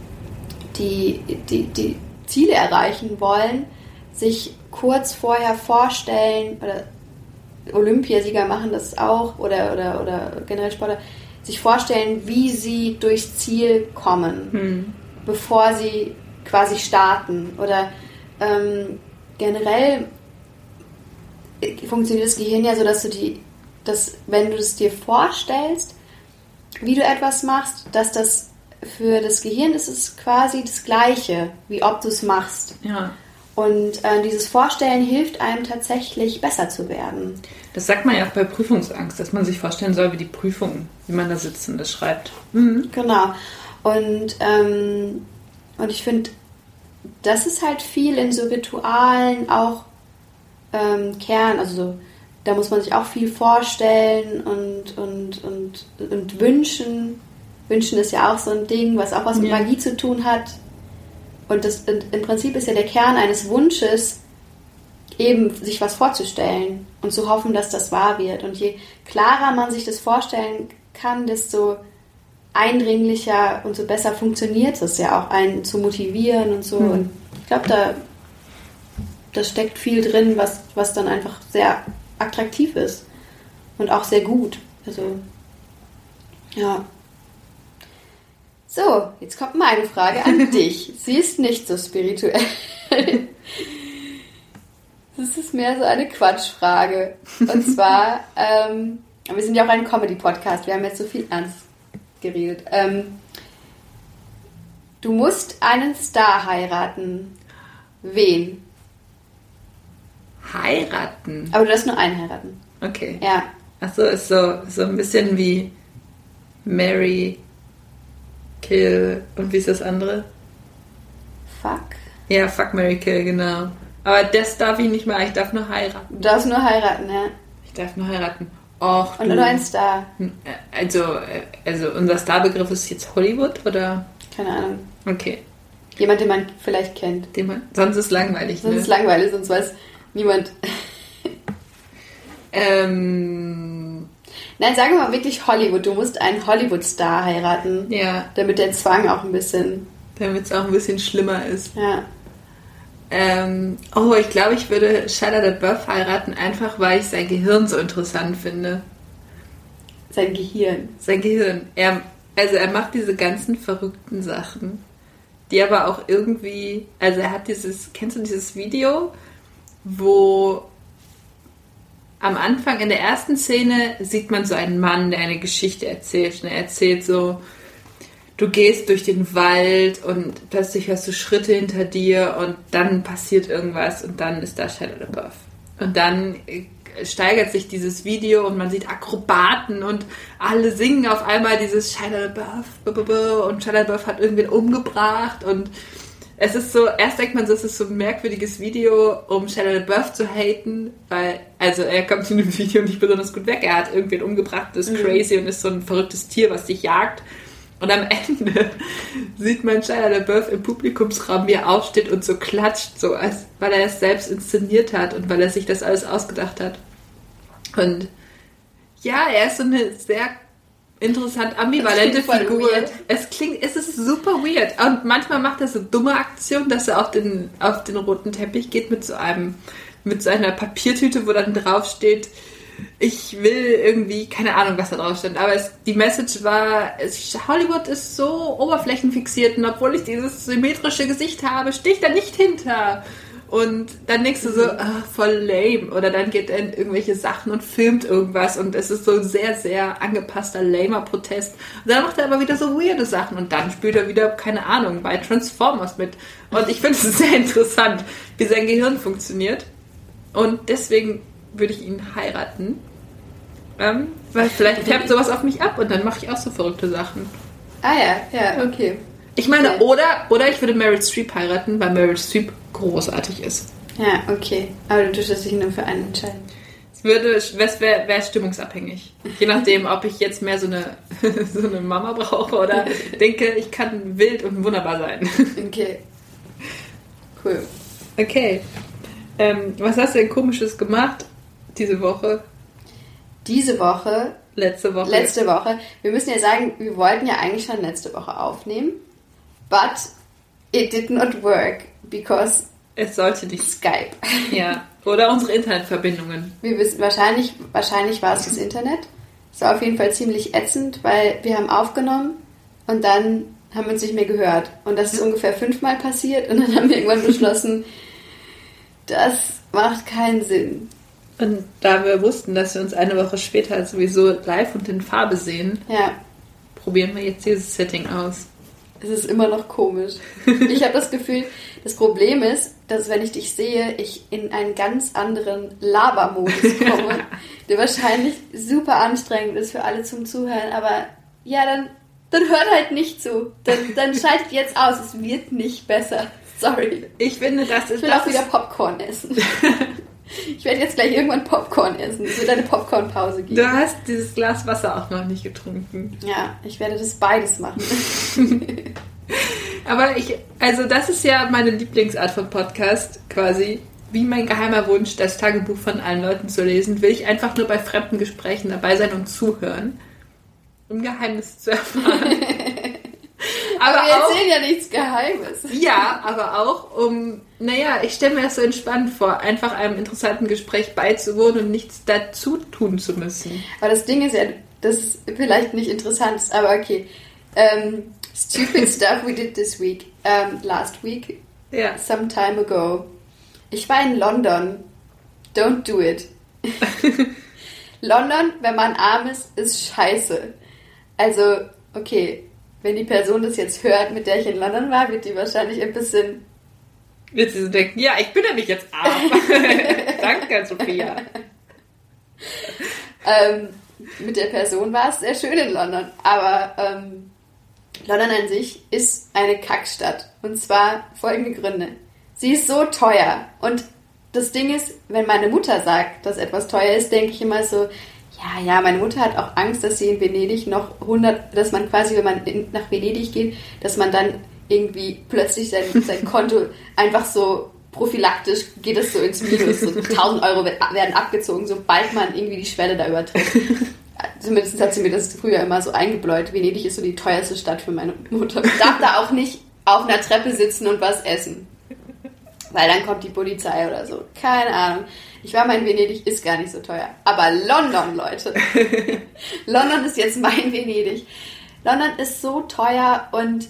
die, die, die Ziele erreichen wollen, sich kurz vorher vorstellen, oder Olympiasieger machen das auch, oder, oder, oder generell Sportler, sich vorstellen, wie sie durchs Ziel kommen, hm. bevor sie quasi starten. Oder ähm, generell funktioniert das Gehirn ja so, dass du die, dass wenn du es dir vorstellst, wie du etwas machst, dass das für das Gehirn ist es quasi das Gleiche, wie ob du es machst. Ja. Und äh, dieses Vorstellen hilft einem tatsächlich besser zu werden. Das sagt man ja auch bei Prüfungsangst, dass man sich vorstellen soll, wie die Prüfung, wie man da sitzt und das schreibt. Mhm. Genau. Und, ähm, und ich finde, das ist halt viel in so Ritualen auch ähm, Kern, also so, da muss man sich auch viel vorstellen und, und, und, und wünschen. Wünschen ist ja auch so ein Ding, was auch was mit ja. Magie zu tun hat. Und das und im Prinzip ist ja der Kern eines Wunsches, eben sich was vorzustellen und zu hoffen, dass das wahr wird. Und je klarer man sich das vorstellen kann, desto eindringlicher und so besser funktioniert es ja auch, einen zu motivieren und so. Mhm. Und ich glaube, da, da steckt viel drin, was, was dann einfach sehr attraktiv ist und auch sehr gut. Also, ja. So, jetzt kommt meine Frage an dich. Sie ist nicht so spirituell. Das ist mehr so eine Quatschfrage. Und zwar, ähm, wir sind ja auch ein Comedy-Podcast, wir haben jetzt so viel ernst geredet. Ähm, du musst einen Star heiraten. Wen? Heiraten? Aber du darfst nur einen heiraten. Okay. Ja. Achso, ist so, so ein bisschen wie Mary, Kill und wie ist das andere? Fuck? Ja, Fuck, Mary, Kill, genau. Aber das darf ich nicht mehr, ich darf nur heiraten. Du darfst nur heiraten, ja. Ich darf nur heiraten. Och, und nur ein Star. Also, also unser Starbegriff ist jetzt Hollywood, oder? Keine Ahnung. Okay. Jemand, den man vielleicht kennt. Den man, sonst ist es langweilig, Sonst ne? ist es langweilig, sonst weiß niemand. ähm... Nein, sagen wir mal wirklich Hollywood. Du musst einen Hollywood-Star heiraten. Ja. Damit der Zwang auch ein bisschen... Damit es auch ein bisschen schlimmer ist. Ja. Ähm, oh, ich glaube, ich würde Shia LaBeouf heiraten, einfach weil ich sein Gehirn so interessant finde. Sein Gehirn? Sein Gehirn. Er, also er macht diese ganzen verrückten Sachen, die aber auch irgendwie... Also er hat dieses... Kennst du dieses Video, wo... Am Anfang, in der ersten Szene, sieht man so einen Mann, der eine Geschichte erzählt. Und er erzählt so, du gehst durch den Wald und plötzlich hörst du Schritte hinter dir und dann passiert irgendwas und dann ist da Shia LaBeouf. Und dann steigert sich dieses Video und man sieht Akrobaten und alle singen auf einmal dieses Shia LaBeouf und Shia LaBeouf hat irgendwen umgebracht und es ist so, erst denkt man so, es ist so ein merkwürdiges Video, um Shia LaBeouf zu haten, weil, also er kommt in dem Video nicht besonders gut weg. Er hat irgendwen umgebracht, ist mhm. crazy und ist so ein verrücktes Tier, was dich jagt. Und am Ende sieht man Shia LaBeouf im Publikumsraum, wie er aufsteht und so klatscht, so als weil er es selbst inszeniert hat und weil er sich das alles ausgedacht hat. Und ja, er ist so eine sehr interessant ambivalente Figur. Weird. Es klingt, es ist super weird. Und manchmal macht er so dumme Aktionen, dass er auf den, auf den roten Teppich geht mit so einem, mit so einer Papiertüte, wo dann draufsteht, ich will irgendwie, keine Ahnung, was da drauf stand, aber es, die Message war, es, Hollywood ist so oberflächenfixiert und obwohl ich dieses symmetrische Gesicht habe, stehe ich da nicht hinter. Und dann denkst du so, ach, voll lame. Oder dann geht er in irgendwelche Sachen und filmt irgendwas und es ist so ein sehr, sehr angepasster, lamer Protest. Und dann macht er aber wieder so weirde Sachen und dann spielt er wieder, keine Ahnung, bei Transformers mit. Und ich finde es sehr interessant, wie sein Gehirn funktioniert. Und deswegen würde ich ihn heiraten. Ähm, weil vielleicht färbt sowas auf mich ab und dann mache ich auch so verrückte Sachen. Ah ja, ja, okay. Ich meine, okay. oder, oder ich würde Meryl Streep heiraten, weil Meryl Streep großartig ist. Ja, okay. Aber du tust dich nur für einen entscheiden. Es würde, es wäre wär stimmungsabhängig. Je nachdem, ob ich jetzt mehr so eine, so eine Mama brauche oder denke, ich kann wild und wunderbar sein. Okay. Cool. Okay. Ähm, was hast du denn Komisches gemacht diese Woche? Diese Woche? Letzte Woche. Letzte Woche. Wir müssen ja sagen, wir wollten ja eigentlich schon letzte Woche aufnehmen. But it did not work because es sollte nicht. Skype. Ja. Oder unsere Internetverbindungen. Wir wissen, wahrscheinlich, wahrscheinlich war es das Internet. Es war auf jeden Fall ziemlich ätzend, weil wir haben aufgenommen und dann haben wir uns nicht mehr gehört. Und das ist ungefähr fünfmal passiert und dann haben wir irgendwann beschlossen, das macht keinen Sinn. Und da wir wussten, dass wir uns eine Woche später sowieso live und in Farbe sehen, ja. probieren wir jetzt dieses Setting aus. Es ist immer noch komisch. Ich habe das Gefühl, das Problem ist, dass wenn ich dich sehe, ich in einen ganz anderen Labermodus komme, der wahrscheinlich super anstrengend ist für alle zum Zuhören. Aber ja, dann, dann hört halt nicht zu. Dann, dann schaltet jetzt aus. Es wird nicht besser. Sorry. Ich finde, das ist... Ich will das auch wieder Popcorn essen. Ich werde jetzt gleich irgendwann Popcorn essen. Es wird eine Popcorn-Pause geben. Du hast dieses Glas Wasser auch noch nicht getrunken. Ja, ich werde das beides machen. Aber ich, also das ist ja meine Lieblingsart von Podcast, quasi. Wie mein geheimer Wunsch, das Tagebuch von allen Leuten zu lesen, will ich einfach nur bei fremden Gesprächen dabei sein und zuhören, um Geheimnisse zu erfahren. Aber, aber wir erzählen ja nichts Geheimes. Ja, aber auch um, naja, ich stelle mir das so entspannt vor, einfach einem interessanten Gespräch beizuwohnen und nichts dazu tun zu müssen. Aber das Ding ist ja, das ist vielleicht nicht interessant ist, aber okay. Um, stupid stuff we did this week. Um, last week. Ja. Some time ago. Ich war in London. Don't do it. London, wenn man arm ist, ist scheiße. Also, okay. Wenn die Person das jetzt hört, mit der ich in London war, wird die wahrscheinlich ein bisschen... Wird sie so denken, ja, ich bin ja nicht jetzt arm. Danke, Sophia. ähm, mit der Person war es sehr schön in London. Aber ähm, London an sich ist eine Kackstadt. Und zwar folgende Gründe. Sie ist so teuer. Und das Ding ist, wenn meine Mutter sagt, dass etwas teuer ist, denke ich immer so... Ja, ja, meine Mutter hat auch Angst, dass sie in Venedig noch hundert, dass man quasi, wenn man in, nach Venedig geht, dass man dann irgendwie plötzlich sein, sein Konto einfach so prophylaktisch geht es so ins Minus. So tausend Euro werden abgezogen, sobald man irgendwie die Schwelle da übertritt. Zumindest hat sie mir das früher immer so eingebläut. Venedig ist so die teuerste Stadt für meine Mutter. Ich darf da auch nicht auf einer Treppe sitzen und was essen. Weil dann kommt die Polizei oder so. Keine Ahnung. Ich war mal in Venedig, ist gar nicht so teuer. Aber London, Leute. London ist jetzt mein Venedig. London ist so teuer und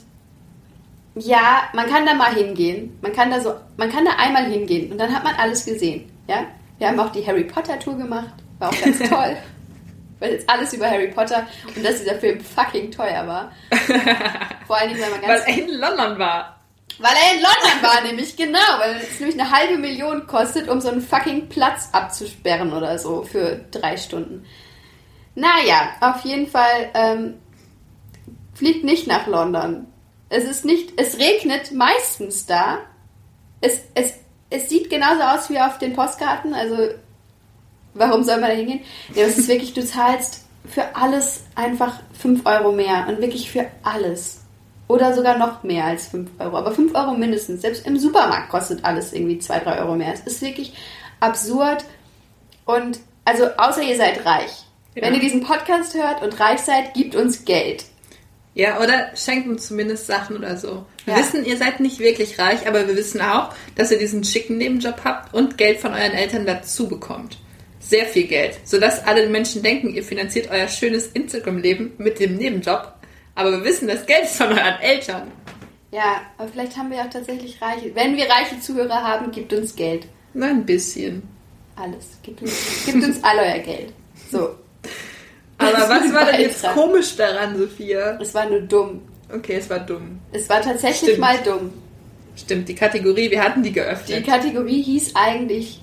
ja, man kann da mal hingehen. Man kann da so, man kann da einmal hingehen und dann hat man alles gesehen. Ja? Wir haben auch die Harry Potter Tour gemacht. War auch ganz toll. Weil jetzt alles über Harry Potter und dass dieser Film fucking teuer war. Vor allen Dingen, weil man ganz... Weil er in London war. Weil er in London war, nämlich, genau. Weil es nämlich eine halbe Million kostet, um so einen fucking Platz abzusperren oder so für drei Stunden. Naja, auf jeden Fall ähm, fliegt nicht nach London. Es ist nicht, es regnet meistens da. Es, es, es sieht genauso aus wie auf den Postkarten, also warum soll man da hingehen? Ja, es ist wirklich, du zahlst für alles einfach fünf Euro mehr und wirklich für alles. Oder sogar noch mehr als fünf Euro. Aber fünf Euro mindestens. Selbst im Supermarkt kostet alles irgendwie zwei, drei Euro mehr. Es ist wirklich absurd. Und also außer ihr seid reich. Ja. Wenn ihr diesen Podcast hört und reich seid, gebt uns Geld. Ja, oder schenkt uns zumindest Sachen oder so. Wir ja. wissen, ihr seid nicht wirklich reich, aber wir wissen auch, dass ihr diesen schicken Nebenjob habt und Geld von euren Eltern dazu bekommt. Sehr viel Geld. Sodass alle Menschen denken, ihr finanziert euer schönes Instagram-Leben mit dem Nebenjob. Aber wir wissen, das Geld ist von euren Eltern. Ja, aber vielleicht haben wir ja auch tatsächlich reiche... Wenn wir reiche Zuhörer haben, gibt uns Geld. Nur ein bisschen. Alles. Gibt uns, gibt uns all euer Geld. So. Aber was war denn jetzt komisch daran, Sophia? Es war nur dumm. Okay, es war dumm. Es war tatsächlich Stimmt. mal dumm. Stimmt, die Kategorie, wir hatten die geöffnet. Die Kategorie hieß eigentlich...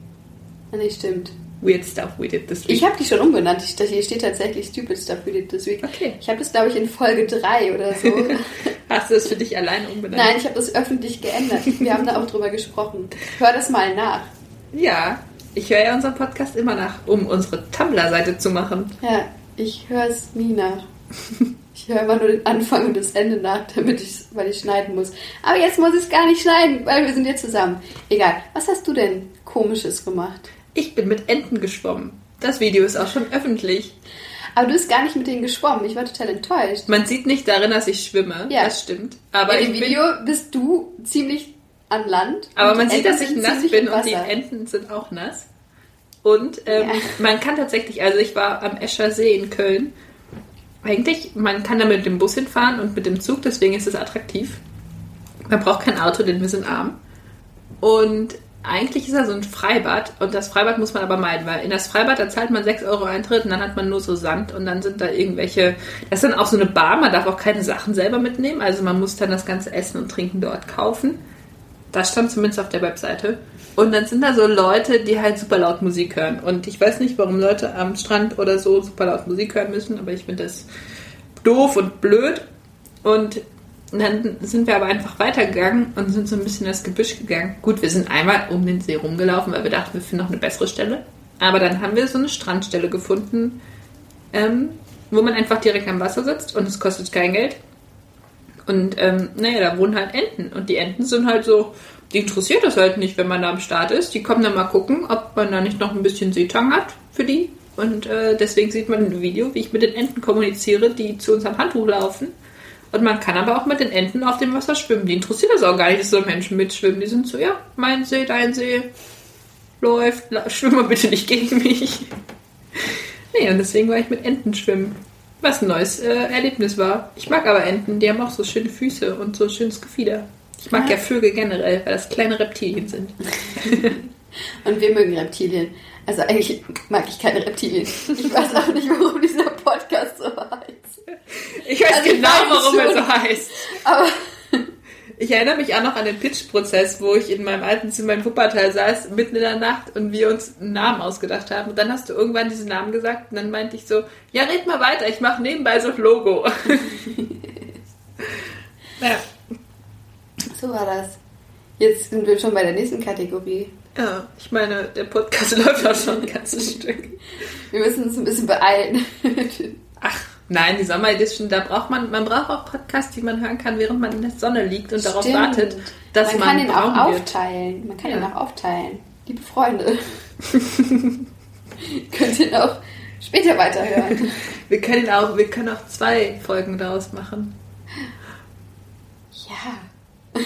Nee, stimmt. Weird Stuff We Did This Week. Ich habe die schon umbenannt. Hier steht tatsächlich Stupid Stuff We Did This Week. Okay. Ich habe das, glaube ich, in Folge drei oder so. Hast du das für dich alleine umbenannt? Nein, ich habe das öffentlich geändert. Wir haben da auch drüber gesprochen. Hör das mal nach. Ja, ich höre ja unseren Podcast immer nach, um unsere Tumblr-Seite zu machen. Ja, ich höre es nie nach. Ich höre immer nur den Anfang und das Ende nach, damit ich, weil ich schneiden muss. Aber jetzt muss ich es gar nicht schneiden, weil wir sind jetzt zusammen. Egal. Was hast du denn Komisches gemacht? Ich bin mit Enten geschwommen. Das Video ist auch schon öffentlich. Aber du bist gar nicht mit denen geschwommen. Ich war total enttäuscht. Man sieht nicht darin, dass ich schwimme. Ja. Das stimmt. Aber in dem Video bist du ziemlich an Land. Aber man sieht, dass ich nass bin und die Enten sind auch nass. Und ähm, ja. man kann tatsächlich, also ich war am Escher See in Köln. Eigentlich, man kann da mit dem Bus hinfahren und mit dem Zug, deswegen ist es attraktiv. Man braucht kein Auto, denn wir sind arm. Und eigentlich ist da so ein Freibad und das Freibad muss man aber meiden, weil in das Freibad, da zahlt man sechs Euro Eintritt und dann hat man nur so Sand und dann sind da irgendwelche, das ist dann auch so eine Bar, man darf auch keine Sachen selber mitnehmen, also man muss dann das ganze Essen und Trinken dort kaufen. Das stand zumindest auf der Webseite. Und dann sind da so Leute, die halt super laut Musik hören. Und ich weiß nicht, warum Leute am Strand oder so super laut Musik hören müssen, aber ich finde das doof und blöd. Und dann sind wir aber einfach weitergegangen und sind so ein bisschen in das Gebüsch gegangen. Gut, wir sind einmal um den See rumgelaufen, weil wir dachten, wir finden noch eine bessere Stelle. Aber dann haben wir so eine Strandstelle gefunden, ähm, wo man einfach direkt am Wasser sitzt und es kostet kein Geld. Und ähm, naja, da wohnen halt Enten. Und die Enten sind halt so, die interessiert das halt nicht, wenn man da am Start ist. Die kommen dann mal gucken, ob man da nicht noch ein bisschen Seetang hat für die. Und äh, deswegen sieht man ein Video, wie ich mit den Enten kommuniziere, die zu uns am Handtuch laufen. Und man kann aber auch mit den Enten auf dem Wasser schwimmen. Die interessiert das auch gar nicht, dass so Menschen mitschwimmen. Die sind so, ja, mein See, dein See, läuft, schwimm mal bitte nicht gegen mich. Nee, und deswegen war ich mit Enten schwimmen. Was ein neues äh, Erlebnis war. Ich mag aber Enten, die haben auch so schöne Füße und so schönes Gefieder. Ich mag ja, ja Vögel generell, weil das kleine Reptilien sind. Und wir mögen Reptilien. Also eigentlich mag ich keine Reptilien. Ich weiß auch nicht, warum dieser Podcast so heißt. Ich weiß also genau, ich warum schon, er so heißt. Aber ich erinnere mich auch noch an den Pitch-Prozess, wo ich in meinem alten Zimmer in Wuppertal saß, mitten in der Nacht und wir uns einen Namen ausgedacht haben. Und dann hast du irgendwann diesen Namen gesagt und dann meinte ich so, ja, red mal weiter, ich mache nebenbei so ein Logo. Ja. So war das. Jetzt sind wir schon bei der nächsten Kategorie. Ja, ich meine, der Podcast läuft auch schon ein ganzes Stück. Wir müssen uns ein bisschen beeilen. Ach, nein, die Sommer Edition, da braucht man, man braucht auch Podcasts, die man hören kann, während man in der Sonne liegt und darauf Stimmt. wartet, dass man man kann ihn auch wird. aufteilen. Man kann ja. ihn auch aufteilen. Liebe Freunde. Könnt ihr auch später weiterhören. Wir können auch, wir können auch zwei Folgen daraus machen. Ja.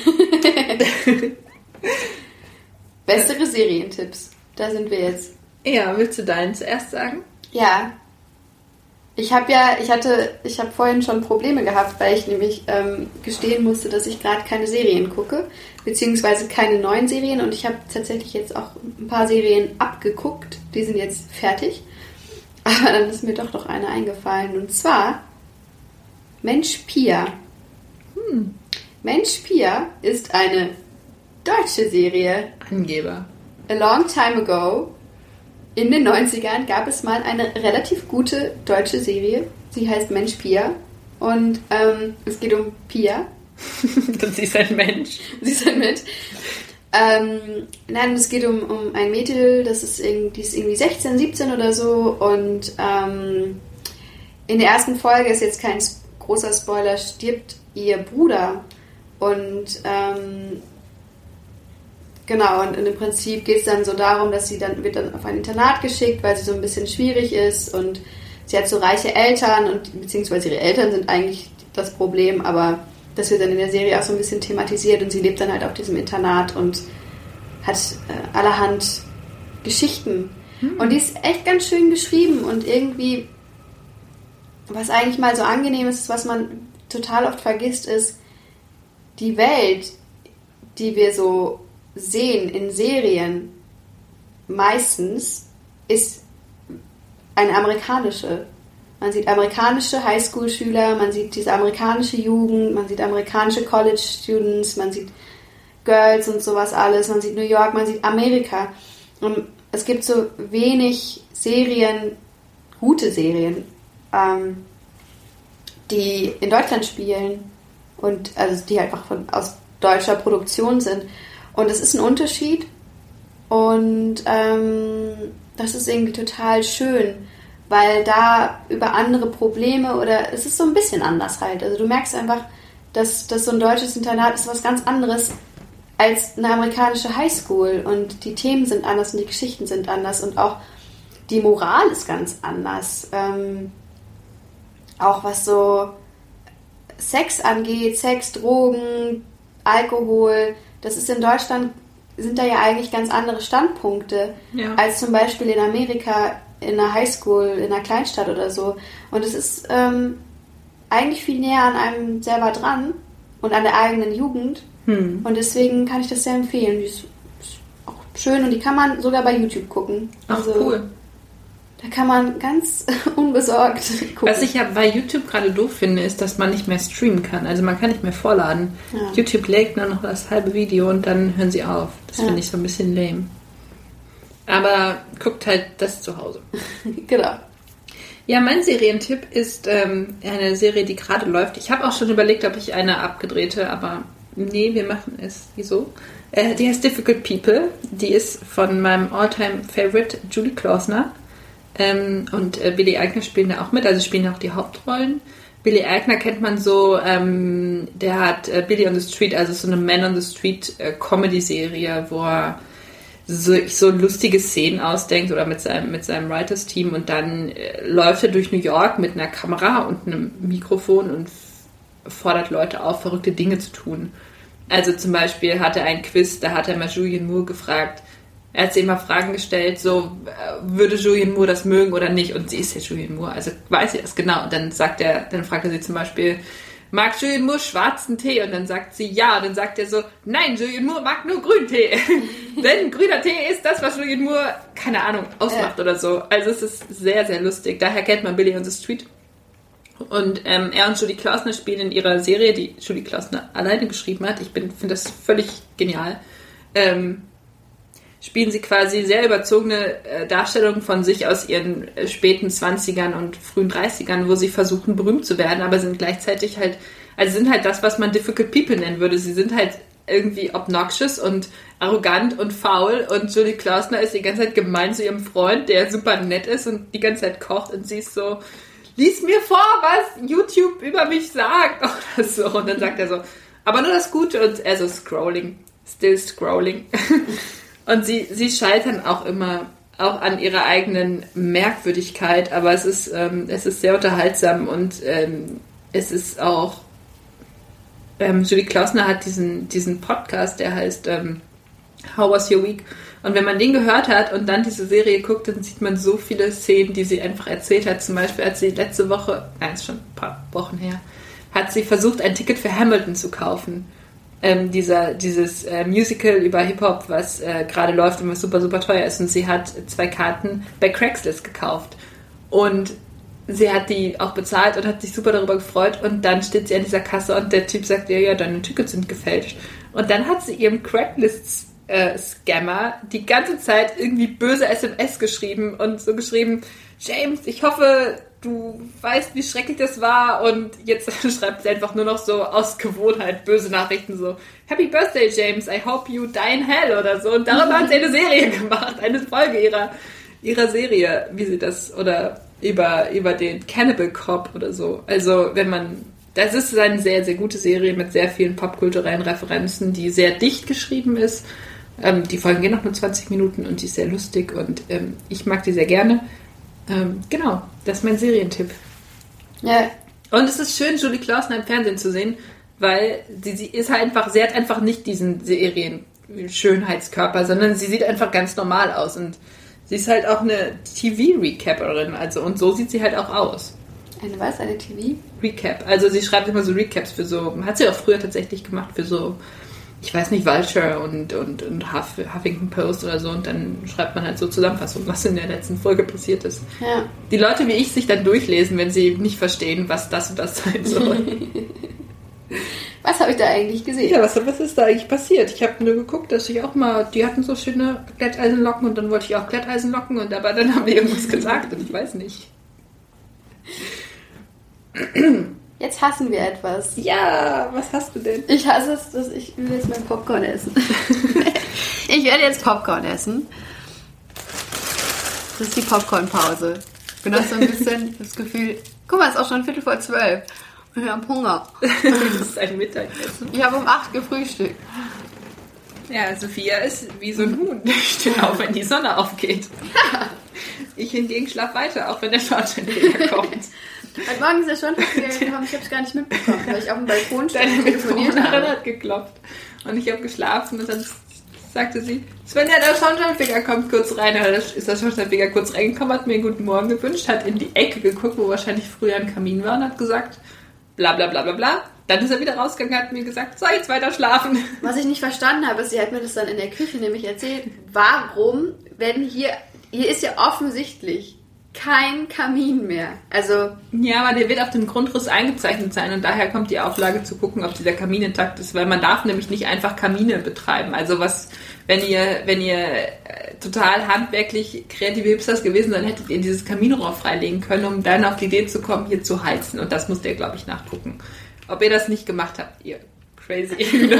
Bessere Serientipps. Da sind wir jetzt. Ja, willst du deinen zuerst sagen? Ja. Ich habe ja, ich hatte, ich habe vorhin schon Probleme gehabt, weil ich nämlich ähm, gestehen musste, dass ich gerade keine Serien gucke, beziehungsweise keine neuen Serien und ich habe tatsächlich jetzt auch ein paar Serien abgeguckt, die sind jetzt fertig, aber dann ist mir doch noch eine eingefallen und zwar Mensch Pia. Hm. Mensch Pia ist eine deutsche Serie. Angeber. A long time ago. In den neunzigern gab es mal eine relativ gute deutsche Serie. Sie heißt Mensch Pia. Und ähm, es geht um Pia. Und sie ist ein Mensch. Sie ist ein Mensch. Ähm, nein, es geht um, um ein Mädel, das ist irgendwie, die ist irgendwie sechzehn, siebzehn oder so. Und ähm, in der ersten Folge, ist jetzt kein großer Spoiler, stirbt ihr Bruder. Und ähm, genau, und im Prinzip geht es dann so darum, dass sie dann wird dann auf ein Internat geschickt, weil sie so ein bisschen schwierig ist und sie hat so reiche Eltern und beziehungsweise ihre Eltern sind eigentlich das Problem, aber das wird dann in der Serie auch so ein bisschen thematisiert und sie lebt dann halt auf diesem Internat und hat äh, allerhand Geschichten. Hm. Und die ist echt ganz schön geschrieben und irgendwie, was eigentlich mal so angenehm ist, was man total oft vergisst, ist, die Welt, die wir so sehen in Serien, meistens ist eine amerikanische. Man sieht amerikanische Highschool-Schüler, man sieht diese amerikanische Jugend, man sieht amerikanische College-Students, man sieht Girls und sowas alles, man sieht New York, man sieht Amerika. Und es gibt so wenig Serien, gute Serien, ähm, die in Deutschland spielen und also die einfach von, aus deutscher Produktion sind. Und es ist ein Unterschied und ähm, das ist irgendwie total schön, weil da über andere Probleme oder es ist so ein bisschen anders halt. Also du merkst einfach, dass, dass so ein deutsches Internat ist was ganz anderes als eine amerikanische Highschool und die Themen sind anders und die Geschichten sind anders und auch die Moral ist ganz anders. Ähm, auch was so Sex angeht, Sex, Drogen, Alkohol, das ist in Deutschland, sind da ja eigentlich ganz andere Standpunkte ja. als zum Beispiel in Amerika in einer Highschool, in einer Kleinstadt oder so. Und es ist ähm, eigentlich viel näher an einem selber dran und an der eigenen Jugend. Hm. Und deswegen kann ich das sehr empfehlen. Die ist, ist auch schön und die kann man sogar bei YouTube gucken. Ach, also, cool. Da kann man ganz unbesorgt gucken. Was ich ja bei YouTube gerade doof finde, ist, dass man nicht mehr streamen kann. Also man kann nicht mehr vorladen. Ja. YouTube legt nur noch das halbe Video und dann hören sie auf. Das ja. finde ich so ein bisschen lame. Aber guckt halt das zu Hause. Genau. Ja, mein Serientipp ist ähm, eine Serie, die gerade läuft. Ich habe auch schon überlegt, ob ich eine abgedrehte, aber nee, wir machen es. Wieso? Äh, die heißt Difficult People. Die ist von meinem All-Time-Favorite Julie Klausner. Ähm, und äh, Billy Eichner spielen da auch mit, also spielen auch die Hauptrollen. Billy Eichner kennt man so, ähm, der hat äh, Billy on the Street, also so eine Man on the Street äh, Comedy-Serie, wo er so, so lustige Szenen ausdenkt oder mit seinem, mit seinem Writers-Team und dann äh, läuft er durch New York mit einer Kamera und einem Mikrofon und f- fordert Leute auf, verrückte Dinge zu tun. Also zum Beispiel hat er ein Quiz, da hat er mal Julianne Moore gefragt, er hat sie immer Fragen gestellt, so, äh, würde Julianne Moore das mögen oder nicht? Und sie ist ja Julianne Moore, also weiß sie das genau. Und dann sagt er, dann fragt er sie zum Beispiel, mag Julianne Moore schwarzen Tee? Und dann sagt sie ja. Und dann sagt er so, nein, Julianne Moore mag nur Grüntee. Denn grüner Tee ist das, was Julianne Moore, keine Ahnung, ausmacht äh. oder so. Also es ist sehr, sehr lustig. Daher kennt man Billy on the Street. Und ähm, er und Julie Klausner spielen in ihrer Serie, die Julie Klausner alleine geschrieben hat. Ich finde das völlig genial. Ähm, spielen sie quasi sehr überzogene äh, Darstellungen von sich aus ihren äh, späten zwanzigern und frühen dreißigern, wo sie versuchen, berühmt zu werden, aber sind gleichzeitig halt, also sind halt das, was man Difficult People nennen würde. Sie sind halt irgendwie obnoxious und arrogant und faul und Julie Klausner ist die ganze Zeit gemein zu ihrem Freund, der super nett ist und die ganze Zeit kocht und sie ist so, lies mir vor, was YouTube über mich sagt oder so. Und dann sagt er so, aber nur das Gute und er so scrolling, still scrolling. Und sie, sie scheitern auch immer auch an ihrer eigenen Merkwürdigkeit, aber es ist, ähm, es ist sehr unterhaltsam und ähm, es ist auch ähm, Julie Klausner hat diesen, diesen Podcast, der heißt ähm, How Was Your Week? Und wenn man den gehört hat und dann diese Serie guckt, dann sieht man so viele Szenen, die sie einfach erzählt hat. Zum Beispiel hat sie letzte Woche, nein, ist schon ein paar Wochen her, hat sie versucht, ein Ticket für Hamilton zu kaufen. Ähm, dieser, dieses äh, Musical über Hip-Hop, was äh, gerade läuft und was super, super teuer ist. Und sie hat zwei Karten bei Craigslist gekauft. Und sie hat die auch bezahlt und hat sich super darüber gefreut. Und dann steht sie an dieser Kasse und der Typ sagt ihr, ja, deine Tickets sind gefälscht. Und dann hat sie ihrem Craigslist-Scammer äh, die ganze Zeit irgendwie böse S M S geschrieben und so geschrieben, James, ich hoffe, du weißt, wie schrecklich das war und jetzt schreibt sie einfach nur noch so aus Gewohnheit böse Nachrichten so, Happy Birthday, James, I hope you die in hell oder so und darüber hat sie eine Serie gemacht, eine Folge ihrer, ihrer Serie, wie sie das, oder über, über den Cannibal Cop oder so. Also wenn man, das ist eine sehr, sehr gute Serie mit sehr vielen popkulturellen Referenzen, die sehr dicht geschrieben ist. Ähm, die Folgen gehen auch nur zwanzig Minuten und die ist sehr lustig und ähm, ich mag die sehr gerne. Ähm, genau, das ist mein Serientipp. Ja. Und es ist schön, Julie Klausner im Fernsehen zu sehen, weil sie, sie ist halt einfach, sie hat einfach nicht diesen Serien-Schönheitskörper, sondern sie sieht einfach ganz normal aus und sie ist halt auch eine T V-Recapperin, also und so sieht sie halt auch aus. Eine was? Eine T V? Recap. Also sie schreibt immer so Recaps für so, hat sie auch früher tatsächlich gemacht für so, ich weiß nicht, Vulture und, und, und Huff, Huffington Post oder so und dann schreibt man halt so Zusammenfassungen, was in der letzten Folge passiert ist. Ja. Die Leute wie ich sich dann durchlesen, wenn sie nicht verstehen, was das und das sein soll. Was habe ich da eigentlich gesehen? Ja, was, was ist da eigentlich passiert? Ich habe nur geguckt, dass ich auch mal, die hatten so schöne Glätteisenlocken und dann wollte ich auch Glätteisenlocken und aber dann haben die irgendwas gesagt und ich weiß nicht. Jetzt hassen wir etwas. Ja, was hast du denn? Ich hasse es, dass ich will jetzt mein Popcorn essen. Ich werde jetzt Popcorn essen. Das ist die Popcorn-Pause. Ich bin auch so ein bisschen das Gefühl, guck mal, es ist auch schon Viertel vor zwölf. Ich habe Hunger. Das ist ein Mittagessen. Ich habe um acht gefrühstückt. Ja, Sophia ist wie so ein Huhn. Ich stehe auf, wenn die Sonne aufgeht. Ich hingegen schlafe weiter, auch wenn der Schornsteinfeger kommt. Heute Morgen ist der Schornsteinfeger gekommen, ich habe es gar nicht mitbekommen, weil ich auf dem Balkon stand Deine und telefoniert Mitbewohnerin habe. hat geklopft. Und ich habe geschlafen und dann sagte sie, Svenja, der Schornsteinfeger kommt kurz rein. Oder ist der Schornsteinfeger kurz reingekommen, hat mir einen guten Morgen gewünscht, hat in die Ecke geguckt, wo wahrscheinlich früher ein Kamin war und hat gesagt, bla bla bla bla bla. Dann ist er wieder rausgegangen und hat mir gesagt, soll ich jetzt weiter schlafen? Was ich nicht verstanden habe, ist, sie hat mir das dann in der Küche nämlich erzählt, warum, wenn hier, hier ist ja offensichtlich kein Kamin mehr. Also ja, aber der wird auf dem Grundriss eingezeichnet sein und daher kommt die Auflage zu gucken, ob dieser Kamin intakt ist, weil man darf nämlich nicht einfach Kamine betreiben. Also was, wenn ihr, wenn ihr äh, total handwerklich kreative Hipsters gewesen seid, hättet ihr dieses Kaminrohr freilegen können, um dann auf die Idee zu kommen, hier zu heizen. Und das musst ihr, glaube ich, nachgucken. Ob ihr das nicht gemacht habt, ihr crazy.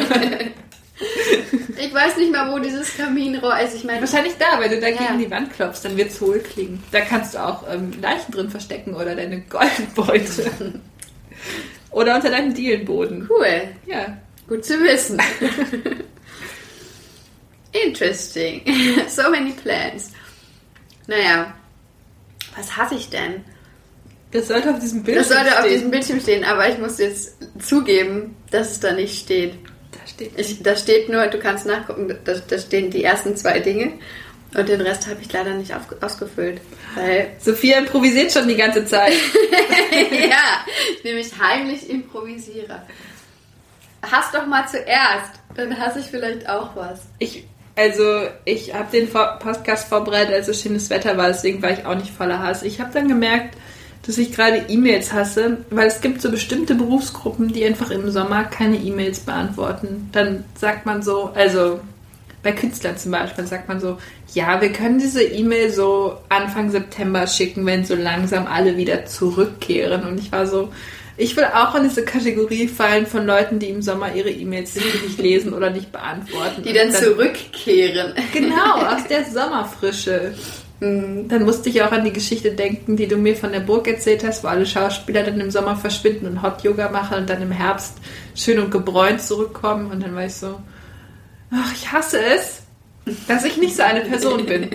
ich weiß nicht mal, wo dieses Kaminrohr ist. Ich meine, wahrscheinlich da, wenn du da gegen ja. die Wand klopfst, dann wird es hohl klingen. Da kannst du auch ähm, Leichen drin verstecken oder deine Goldbeute. Oder unter deinem Dielenboden. Cool. Ja. Gut zu wissen. Interesting. So many plans. Naja, was hasse ich denn? Das sollte auf diesem Bildschirm stehen. Das sollte stehen. auf diesem Bildschirm stehen, aber ich muss jetzt zugeben, dass es da nicht steht. Da steht ich, da steht nur, du kannst nachgucken, da, da stehen die ersten zwei Dinge und den Rest habe ich leider nicht auf, ausgefüllt. Weil Sophia improvisiert schon die ganze Zeit. ja, ich nämlich heimlich improvisiere. Hass doch mal zuerst, dann hasse ich vielleicht auch was. Ich, also, ich habe den Podcast vorbereitet, als so schönes Wetter war, deswegen war ich auch nicht voller Hass. Ich habe dann gemerkt, dass ich gerade E-Mails hasse, weil es gibt so bestimmte Berufsgruppen, die einfach im Sommer keine E-Mails beantworten. Dann sagt man so, also bei Künstlern zum Beispiel, sagt man so, ja, wir können diese E-Mail so Anfang September schicken, wenn so langsam alle wieder zurückkehren. Und ich war so, ich will auch in diese Kategorie fallen von Leuten, die im Sommer ihre E-Mails nicht lesen oder nicht beantworten. Die dann, dann zurückkehren. Genau, aus der Sommerfrische. Dann musste ich auch an die Geschichte denken, die du mir von der Burg erzählt hast, wo alle Schauspieler dann im Sommer verschwinden und Hot-Yoga machen und dann im Herbst schön und gebräunt zurückkommen. Und dann war ich so, ach, ich hasse es, dass ich nicht so eine Person bin.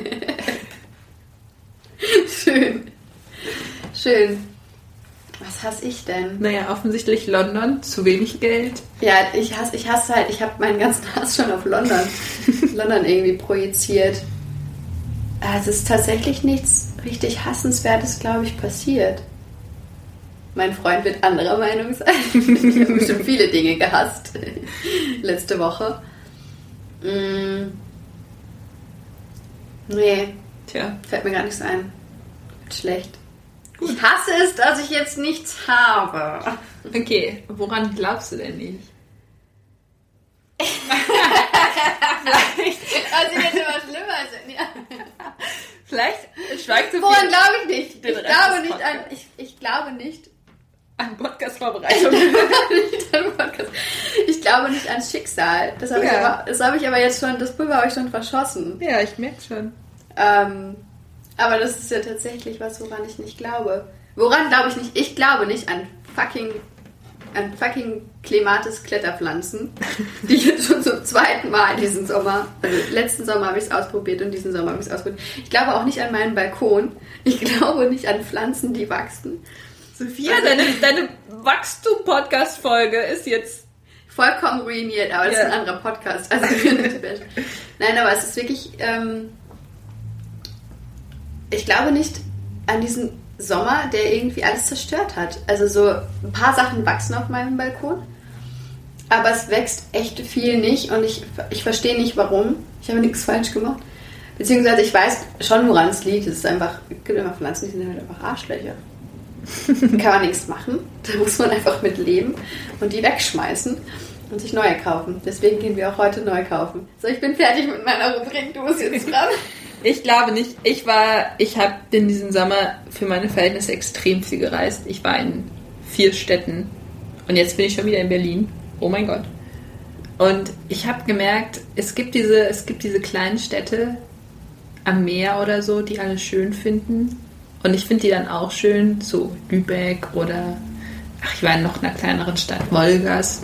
Schön. Schön. Was hasse ich denn? Naja, offensichtlich London, zu wenig Geld. Ja, ich hasse, ich hasse halt, ich habe meinen ganzen Hass schon auf London, London irgendwie projiziert. Es ist tatsächlich nichts richtig Hassenswertes, glaube ich, passiert. Mein Freund wird anderer Meinung sein. Ich habe bestimmt viele Dinge gehasst letzte Woche. Mm. Nee, Tja. Fällt mir gar nichts ein. Wird schlecht. Gut. Ich hasse es, dass ich jetzt nichts habe. Okay, woran glaubst du denn nicht? Vielleicht. Also jetzt immer schlimmer sind, ja. Vielleicht schweigt du. Woran glaube ich nicht? Ich glaube nicht an. Ich, ich glaube nicht. An Podcast-Vorbereitung. Nicht an Podcast. Ich glaube nicht ans Schicksal. Das habe, ja. ich, aber, das habe ich aber jetzt schon, das Pulver habe ich schon verschossen. Ja, ich merke schon. Ähm, aber das ist ja tatsächlich was, woran ich nicht glaube. Woran glaube ich nicht? Ich glaube nicht an fucking an fucking Clematis Kletterpflanzen, die ich jetzt schon zum zweiten Mal diesen Sommer, also letzten Sommer habe ich es ausprobiert und diesen Sommer habe ich es ausprobiert. Ich glaube auch nicht an meinen Balkon. Ich glaube nicht an Pflanzen, die wachsen. Sophia, also, deine, deine Wachstum-Podcast-Folge ist jetzt vollkommen ruiniert, aber das ja. ist ein anderer Podcast. Also nein, aber es ist wirklich, ähm, ich glaube nicht an diesen Sommer, der irgendwie alles zerstört hat. Also so ein paar Sachen wachsen auf meinem Balkon, aber es wächst echt viel nicht und ich, ich verstehe nicht, warum. Ich habe nichts falsch gemacht. Beziehungsweise ich weiß schon, woran es liegt. Es ist einfach, es gibt immer Pflanzen, die sind halt einfach Arschlöcher. Kann man nichts machen. Da muss man einfach mit leben und die wegschmeißen und sich neue kaufen. Deswegen gehen wir auch heute neu kaufen. So, ich bin fertig mit meiner Rubrik. Du bist jetzt dran. Ich glaube nicht. Ich war, ich habe in diesem Sommer für meine Verhältnisse extrem viel gereist. Ich war in vier Städten und jetzt bin ich schon wieder in Berlin. Oh mein Gott. Und ich habe gemerkt, es gibt diese, es gibt diese kleinen Städte am Meer oder so, die alle schön finden. Und ich finde die dann auch schön, so Lübeck oder, ach, ich war in noch einer kleineren Stadt, Wolgast.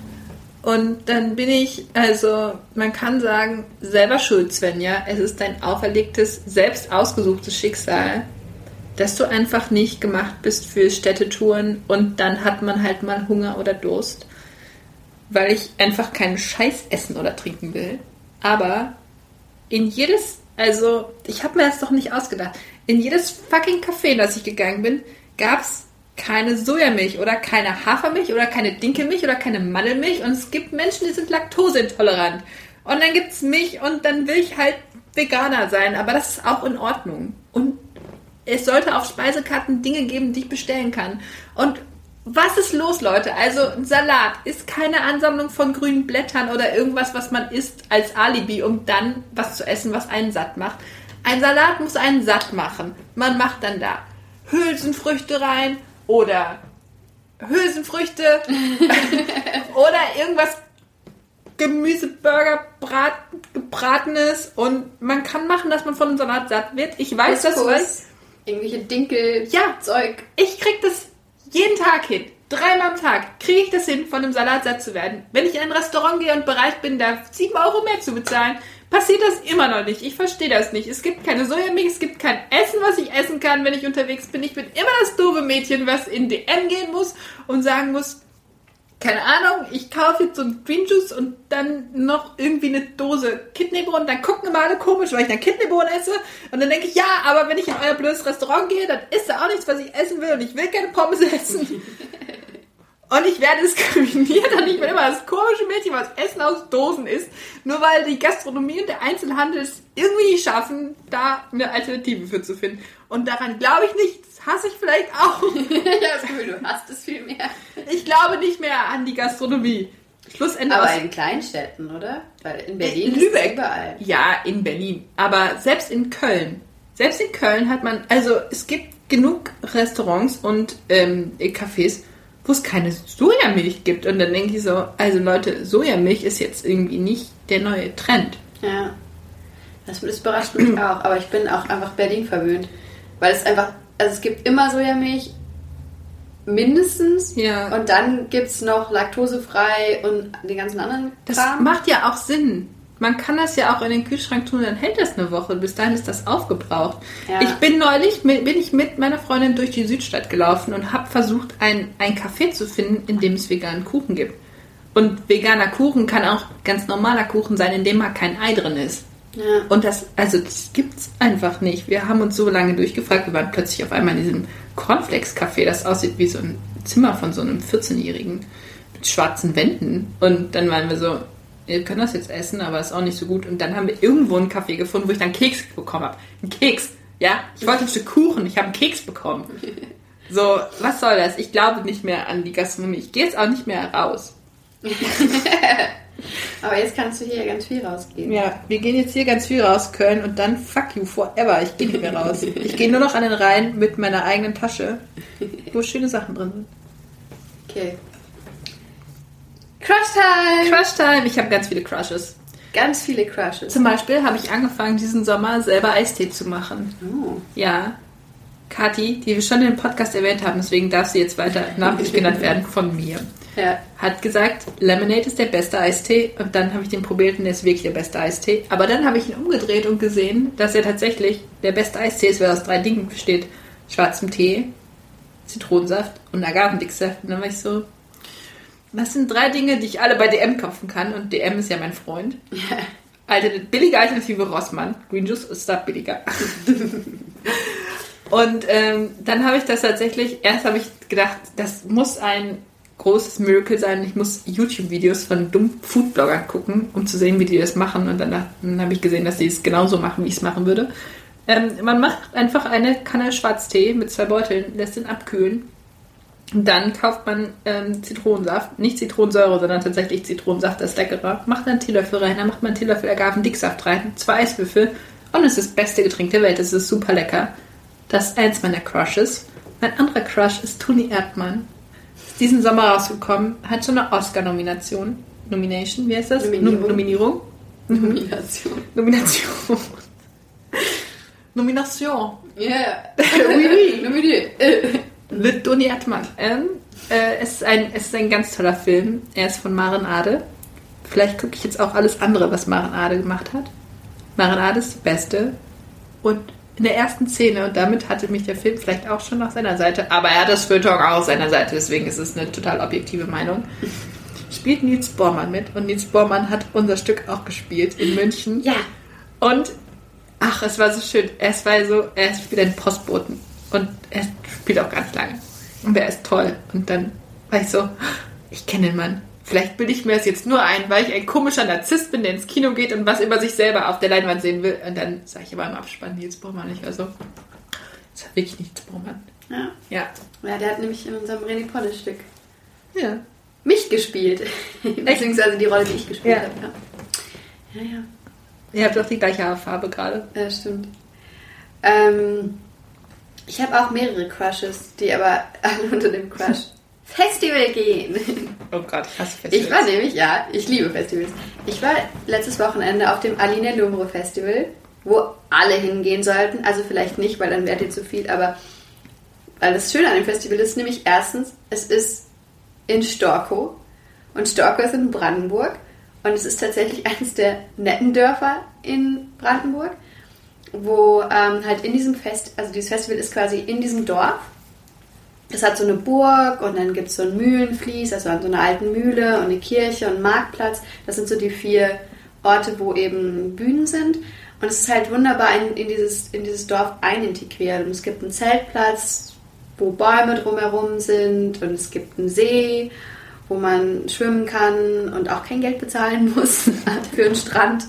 Und dann bin ich, also man kann sagen, selber schuld, Svenja. Es ist dein auferlegtes, selbst ausgesuchtes Schicksal, dass du einfach nicht gemacht bist für Städtetouren und dann hat man halt mal Hunger oder Durst, weil ich einfach keinen Scheiß essen oder trinken will. Aber in jedes, also ich habe mir das doch nicht ausgedacht, in jedes fucking Café, in das ich gegangen bin, gab's keine Sojamilch oder keine Hafermilch oder keine Dinkelmilch oder keine Mandelmilch und es gibt Menschen, die sind laktoseintolerant und dann gibt's mich und dann will ich halt Veganer sein, aber das ist auch in Ordnung und es sollte auf Speisekarten Dinge geben, die ich bestellen kann. Und was ist los, Leute? Also ein Salat ist keine Ansammlung von grünen Blättern oder irgendwas, was man isst als Alibi, um dann was zu essen, was einen satt macht. Ein Salat muss einen satt machen. Man macht dann da Hülsenfrüchte rein oder Hülsenfrüchte oder irgendwas Gemüseburger, Brat, gebratenes und man kann machen, dass man von einem Salat satt wird. Ich weiß, dass was irgendwelche Dinkel, ja, Zeug. Ich krieg das jeden Tag hin. Dreimal am Tag kriege ich das hin, von einem Salat satt zu werden. Wenn ich in ein Restaurant gehe und bereit bin, da sieben Euro mehr zu bezahlen, passiert das immer noch nicht. Ich verstehe das nicht. Es gibt keine Sojamilch, es gibt kein Essen, was ich essen kann, wenn ich unterwegs bin. Ich bin immer das doofe Mädchen, was in D M gehen muss und sagen muss, keine Ahnung, ich kaufe jetzt so einen Green Juice und dann noch irgendwie eine Dose Kidneybohnen. Dann gucken immer alle komisch, weil ich dann Kidneybohnen esse. Und dann denke ich, ja, aber wenn ich in euer blödes Restaurant gehe, dann ist da auch nichts, was ich essen will. Und ich will keine Pommes essen. Und ich werde diskriminiert und ich bin immer das komische Mädchen, was Essen aus Dosen isst. Nur weil die Gastronomie und der Einzelhandel es irgendwie nicht schaffen, da eine Alternative für zu finden. Und daran glaube ich nicht. Das hasse ich vielleicht auch. Ja, das Gefühl, du hast es viel mehr. Ich glaube nicht mehr an die Gastronomie. Schlussendlich. Aber in Kleinstädten, oder? Weil in Berlin in Lübeck. Ist überall. Ja, in Berlin. Aber selbst in Köln. Selbst in Köln hat man, also es gibt genug Restaurants und ähm, Cafés, wo es keine Sojamilch gibt. Und dann denke ich so, also Leute, Sojamilch ist jetzt irgendwie nicht der neue Trend. Ja, das, das überrascht mich auch. Aber ich bin auch einfach Berlin verwöhnt. Weil es einfach, also es gibt immer Sojamilch, mindestens. Ja. Und dann gibt es noch laktosefrei und den ganzen anderen Das Kram. macht ja auch Sinn. Man kann das ja auch in den Kühlschrank tun, dann hält das eine Woche. Bis dahin ist das aufgebraucht. Ja. Ich bin neulich, bin ich mit meiner Freundin durch die Südstadt gelaufen und habe versucht, ein, ein Café zu finden, in dem es veganen Kuchen gibt. Und veganer Kuchen kann auch ganz normaler Kuchen sein, in dem mal kein Ei drin ist. Ja. Und das, also das gibt's einfach nicht. Wir haben uns so lange durchgefragt, wir waren plötzlich auf einmal in diesem Cornflakes-Café, das aussieht wie so ein Zimmer von so einem vierzehnjährigen mit schwarzen Wänden. Und dann waren wir so, ihr könnt das jetzt essen, aber ist auch nicht so gut. Und dann haben wir irgendwo einen Café gefunden, wo ich dann Keks bekommen habe. Ein Keks, ja? Ich wollte ein Stück Kuchen, ich habe einen Keks bekommen. So, was soll das? Ich glaube nicht mehr an die Gastronomie. Ich gehe jetzt auch nicht mehr raus. Aber jetzt kannst du hier ganz viel rausgehen. Ja, wir gehen jetzt hier ganz viel raus, Köln, und dann fuck you forever. Ich gehe nicht mehr raus. Ich gehe nur noch an den Rhein mit meiner eigenen Tasche, wo schöne Sachen drin sind. Okay. Crush Time! Crush Time! Ich habe ganz viele Crushes. Ganz viele Crushes. Zum Beispiel habe ich angefangen, diesen Sommer selber Eistee zu machen. Oh. Ja. Kathi, die wir schon in dem Podcast erwähnt haben, deswegen darf sie jetzt weiter namentlich genannt werden von mir. Ja. Hat gesagt, Lemonade ist der beste Eistee, und dann habe ich den probiert und der ist wirklich der beste Eistee. Aber dann habe ich ihn umgedreht und gesehen, dass er tatsächlich der beste Eistee ist, weil er aus drei Dingen besteht. Schwarzem Tee, Zitronensaft und Agavendicksaft. Und dann war ich so, was sind drei Dinge, die ich alle bei D M kaufen kann? Und D M ist ja mein Freund. Ja. Alte, billige Alternative Rossmann. Green Juice ist da billiger. Und ähm, dann habe ich das tatsächlich, erst habe ich gedacht, das muss ein großes Miracle sein. Ich muss YouTube-Videos von dummen Foodbloggern gucken, um zu sehen, wie die das machen. Und dann, dann habe ich gesehen, dass die es genauso machen, wie ich es machen würde. Ähm, man macht einfach eine Kanne Schwarztee mit zwei Beuteln, lässt den abkühlen. Und dann kauft man ähm, Zitronensaft, nicht Zitronensäure, sondern tatsächlich Zitronensaft, das ist leckerer. Macht einen Teelöffel rein, dann macht man einen Teelöffel Agavendicksaft rein, zwei Eiswürfel und es ist das beste Getränk der Welt. Es ist super lecker. Das ist eins meiner Crushes. Mein anderer Crush ist Toni Erdmann. Ist diesen Sommer rausgekommen, hat schon eine Oscar-Nomination. Nomination, wie heißt das? Nominierung. Nominierung? Nomination. Nomination. Nomination. Ja. Yeah. Oui, oui. Nominiert. Mit Toni Erdmann. Ähm, äh, es, ist ein, es ist ein ganz toller Film. Er ist von Maren Ade. Vielleicht gucke ich jetzt auch alles andere, was Maren Ade gemacht hat. Maren Ade ist die Beste. Und in der ersten Szene, und damit hatte mich der Film vielleicht auch schon auf seiner Seite, aber er hat das Feuilleton auch auf seiner Seite, deswegen ist es eine total objektive Meinung, spielt Niels Bormann mit. Und Niels Bormann hat unser Stück auch gespielt in München. Ja. Und, ach, es war so schön. Es war so, er spielt einen Postboten. Und er spielt auch ganz lange. Und er ist toll. Und dann war ich so, ich kenne den Mann. Vielleicht bilde ich mir das jetzt nur ein, weil ich ein komischer Narzisst bin, der ins Kino geht und was über sich selber auf der Leinwand sehen will. Und dann sage ich aber im Abspann Niels Bormann. Ich war so, das war wirklich Niels Bormann. Ja. Ja. Ja, der hat nämlich in unserem René Polle-Stück Ja. mich gespielt. Beziehungsweise die Rolle, die ich gespielt Ja. habe. Ja. ja, ja. Ihr habt doch die gleiche Haarfarbe gerade. Ja, stimmt. Ähm, ich habe auch mehrere Crushes, die aber alle unter dem Crush Festival gehen. Oh Gott, ich hasse Festivals. Ich war nämlich, ja, ich liebe Festivals. Ich war letztes Wochenende auf dem Aline Louvre Festival, wo alle hingehen sollten. Also vielleicht nicht, weil dann wäre ihr zu viel, aber weil das Schöne an dem Festival ist nämlich erstens, es ist in Storkow und Storkow ist in Brandenburg und es ist tatsächlich eines der netten Dörfer in Brandenburg, wo ähm, halt in diesem Fest, also dieses Festival ist quasi in diesem Dorf. Es hat so eine Burg und dann gibt es so ein Mühlenfließ, also an so einer alten Mühle und eine Kirche und einen Marktplatz. Das sind so die vier Orte, wo eben Bühnen sind. Und es ist halt wunderbar in, in, dieses, in dieses Dorf einintegriert. Und es gibt einen Zeltplatz, wo Bäume drumherum sind und es gibt einen See, wo man schwimmen kann und auch kein Geld bezahlen muss für einen Strand.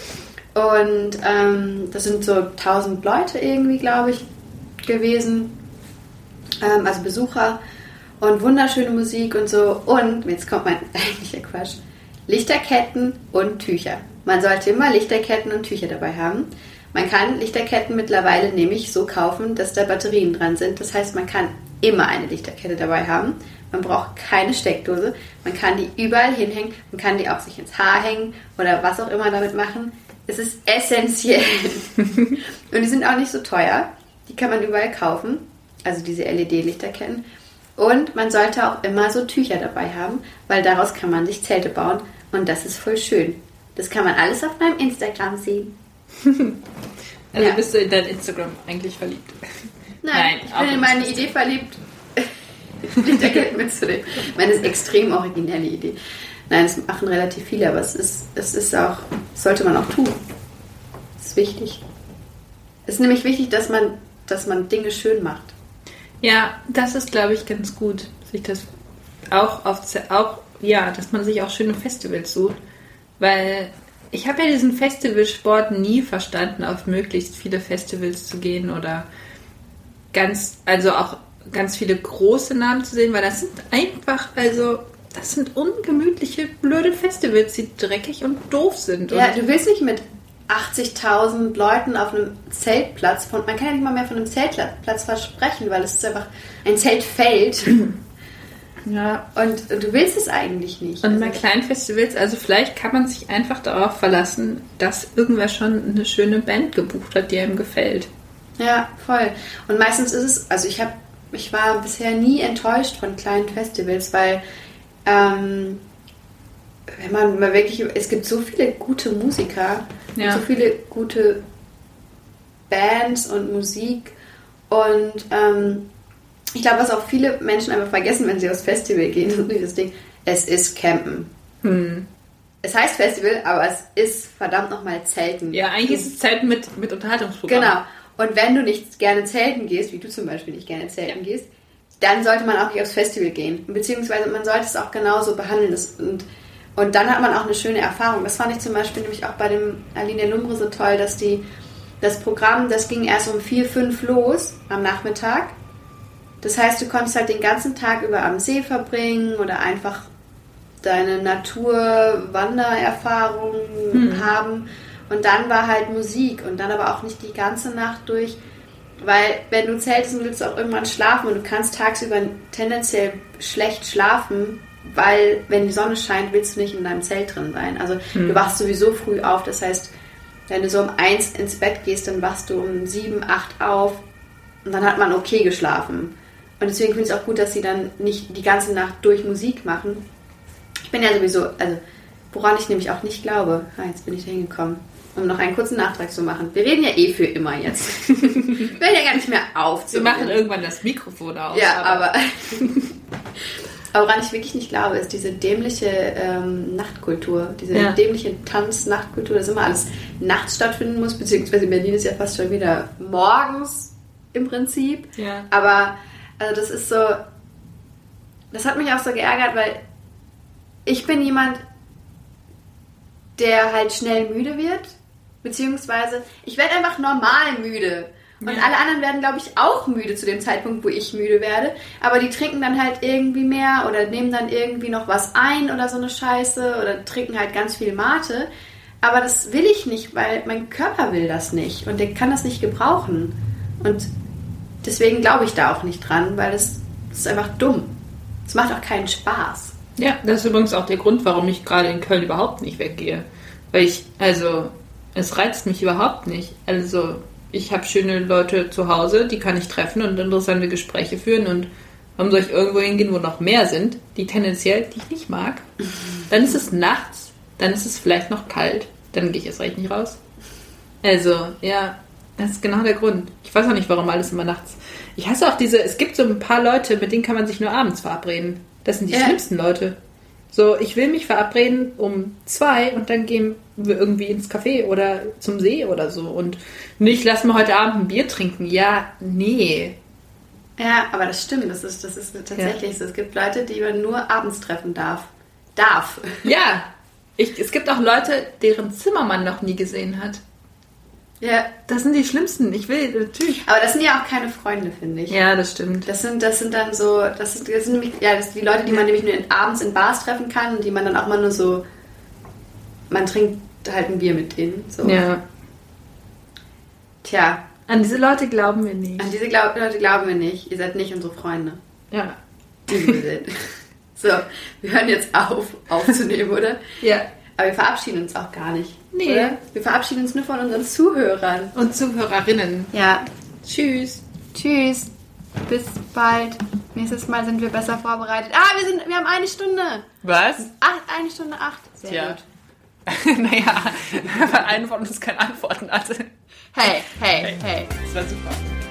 Und ähm, das sind so tausend Leute irgendwie, glaube ich, gewesen. Ähm, also Besucher. Und wunderschöne Musik und so. Und, jetzt kommt mein eigentlicher Quatsch, Lichterketten und Tücher. Man sollte immer Lichterketten und Tücher dabei haben. Man kann Lichterketten mittlerweile nämlich so kaufen, dass da Batterien dran sind. Das heißt, man kann immer eine Lichterkette dabei haben. Man braucht keine Steckdose. Man kann die überall hinhängen. Man kann die auch sich ins Haar hängen oder was auch immer damit machen. Es ist essentiell. Und die sind auch nicht so teuer. Die kann man überall kaufen. Also diese L E D-Lichterketten. Und man sollte auch immer so Tücher dabei haben, weil daraus kann man sich Zelte bauen. Und das ist voll schön. Das kann man alles auf meinem Instagram sehen. Also ja. Bist du in dein Instagram eigentlich verliebt? Nein, Nein ich bin in meine Idee verliebt, Lichterketten mitzunehmen. Meine ist extrem originelle Idee. Nein, das machen relativ viele, aber es ist, es ist auch, das sollte man auch tun. Das ist wichtig. Es ist nämlich wichtig, dass man, dass man Dinge schön macht. Ja, das ist, glaube ich, ganz gut, sich das auch auf, auch, ja, dass man sich auch schöne Festivals sucht, weil ich habe ja diesen Festivalsport nie verstanden, auf möglichst viele Festivals zu gehen oder ganz, also auch ganz viele große Namen zu sehen, weil das sind einfach, also das sind ungemütliche, blöde Festivals, die dreckig und doof sind. Ja, und du willst nicht mit achtzigtausend Leuten auf einem Zeltplatz, von, man kann ja nicht mal mehr von einem Zeltplatz versprechen, weil es ist einfach ein Zeltfeld. Ja. Und, und du willst es eigentlich nicht. Und also, bei kleinen Festivals, also vielleicht kann man sich einfach darauf verlassen, dass irgendwer schon eine schöne Band gebucht hat, die einem gefällt. Ja, voll. Und meistens ist es, also ich habe, ich war bisher nie enttäuscht von kleinen Festivals, weil ähm, wenn man mal wirklich, es gibt so viele gute Musiker, Ja. so viele gute Bands und Musik und ähm, ich glaube, was auch viele Menschen einfach vergessen, wenn sie aufs Festival gehen, ist nicht das Ding, es ist Campen. Hm. Es heißt Festival, aber es ist verdammt nochmal Zelten. Ja, eigentlich ist es Zelten mit, mit Unterhaltungsprogramm. Genau. Und wenn du nicht gerne zelten gehst, wie du zum Beispiel nicht gerne zelten ja. gehst, dann sollte man auch nicht aufs Festival gehen. Beziehungsweise man sollte es auch genauso behandeln. Und, und dann hat man auch eine schöne Erfahrung. Das fand ich zum Beispiel nämlich auch bei dem Aline Lumbre so toll, dass die das Programm, das ging erst um vier, fünf los am Nachmittag. Das heißt, du konntest halt den ganzen Tag über am See verbringen oder einfach deine Natur-Wandererfahrung hm. haben. Und dann war halt Musik und dann aber auch nicht die ganze Nacht durch. Weil wenn du zeltest, willst du auch irgendwann schlafen und du kannst tagsüber tendenziell schlecht schlafen, weil wenn die Sonne scheint, willst du nicht in deinem Zelt drin sein. Also hm. du wachst sowieso früh auf, das heißt, wenn du so um eins ins Bett gehst, dann wachst du um sieben, acht auf und dann hat man okay geschlafen. Und deswegen finde ich es auch gut, dass sie dann nicht die ganze Nacht durch Musik machen. Ich bin ja sowieso, also woran ich nämlich auch nicht glaube, ah, jetzt bin ich da hingekommen, um noch einen kurzen Nachtrag zu machen. Wir reden ja eh für immer jetzt. Wir werden ja gar nicht mehr auf. Wir machen irgendwann das Mikrofon aus. Ja, aber, aber, aber woran ich wirklich nicht glaube, ist diese dämliche ähm, Nachtkultur, diese ja. dämliche Tanz-Nachtkultur, dass immer alles nachts stattfinden muss, beziehungsweise in Berlin ist ja fast schon wieder morgens im Prinzip. Ja. Aber also das ist so, das hat mich auch so geärgert, weil ich bin jemand, der halt schnell müde wird, beziehungsweise ich werde einfach normal müde. Und ja. alle anderen werden, glaube ich, auch müde zu dem Zeitpunkt, wo ich müde werde. Aber die trinken dann halt irgendwie mehr oder nehmen dann irgendwie noch was ein oder so eine Scheiße oder trinken halt ganz viel Mate. Aber das will ich nicht, weil mein Körper will das nicht und der kann das nicht gebrauchen. Und deswegen glaube ich da auch nicht dran, weil das, das ist einfach dumm. Es macht auch keinen Spaß. Ja, das ist übrigens auch der Grund, warum ich gerade in Köln überhaupt nicht weggehe. Weil ich, also, es reizt mich überhaupt nicht. Also, ich habe schöne Leute zu Hause, die kann ich treffen und interessante Gespräche führen. Und warum soll ich irgendwo hingehen, wo noch mehr sind, die tendenziell, die ich nicht mag? Dann ist es nachts, dann ist es vielleicht noch kalt, dann gehe ich erst recht nicht raus. Also, ja, das ist genau der Grund. Ich weiß auch nicht, warum alles immer nachts. Ich hasse auch diese, es gibt so ein paar Leute, mit denen kann man sich nur abends verabreden. Das sind die ja. schlimmsten Leute. So, ich will mich verabreden um zwei und dann gehen wir irgendwie ins Café oder zum See oder so. Und nicht, lass mal heute Abend ein Bier trinken. Ja, nee. Ja, aber das stimmt. Das ist, das ist tatsächlich ja. so. Es gibt Leute, die man nur abends treffen darf. Darf. Ja. Ich, es gibt auch Leute, deren Zimmer man noch nie gesehen hat. Ja. Das sind die Schlimmsten. Ich will, natürlich. Aber das sind ja auch keine Freunde, finde ich. Ja, das stimmt. Das sind, das sind dann so, das sind, das sind nämlich, ja, das sind die Leute, die man nämlich nur in, abends in Bars treffen kann und die man dann auch mal nur so, man trinkt halt ein Bier mit denen. So. Ja. Tja. An diese Leute glauben wir nicht. An diese Glaub- Leute glauben wir nicht. Ihr seid nicht unsere Freunde. Ja. Die wir sind. So, wir hören jetzt auf, aufzunehmen, oder? Ja. Aber wir verabschieden uns auch gar nicht. Nee. Oder? Wir verabschieden uns nur von unseren Zuhörern. Und Zuhörerinnen. Ja. Tschüss. Tschüss. Bis bald. Nächstes Mal sind wir besser vorbereitet. Ah, wir sind, wir haben eine Stunde. Was? Acht, eine Stunde acht. Sehr Tja. gut. Naja, weil einer von uns keine Antworten hatte. Hey, hey, hey. Das war super.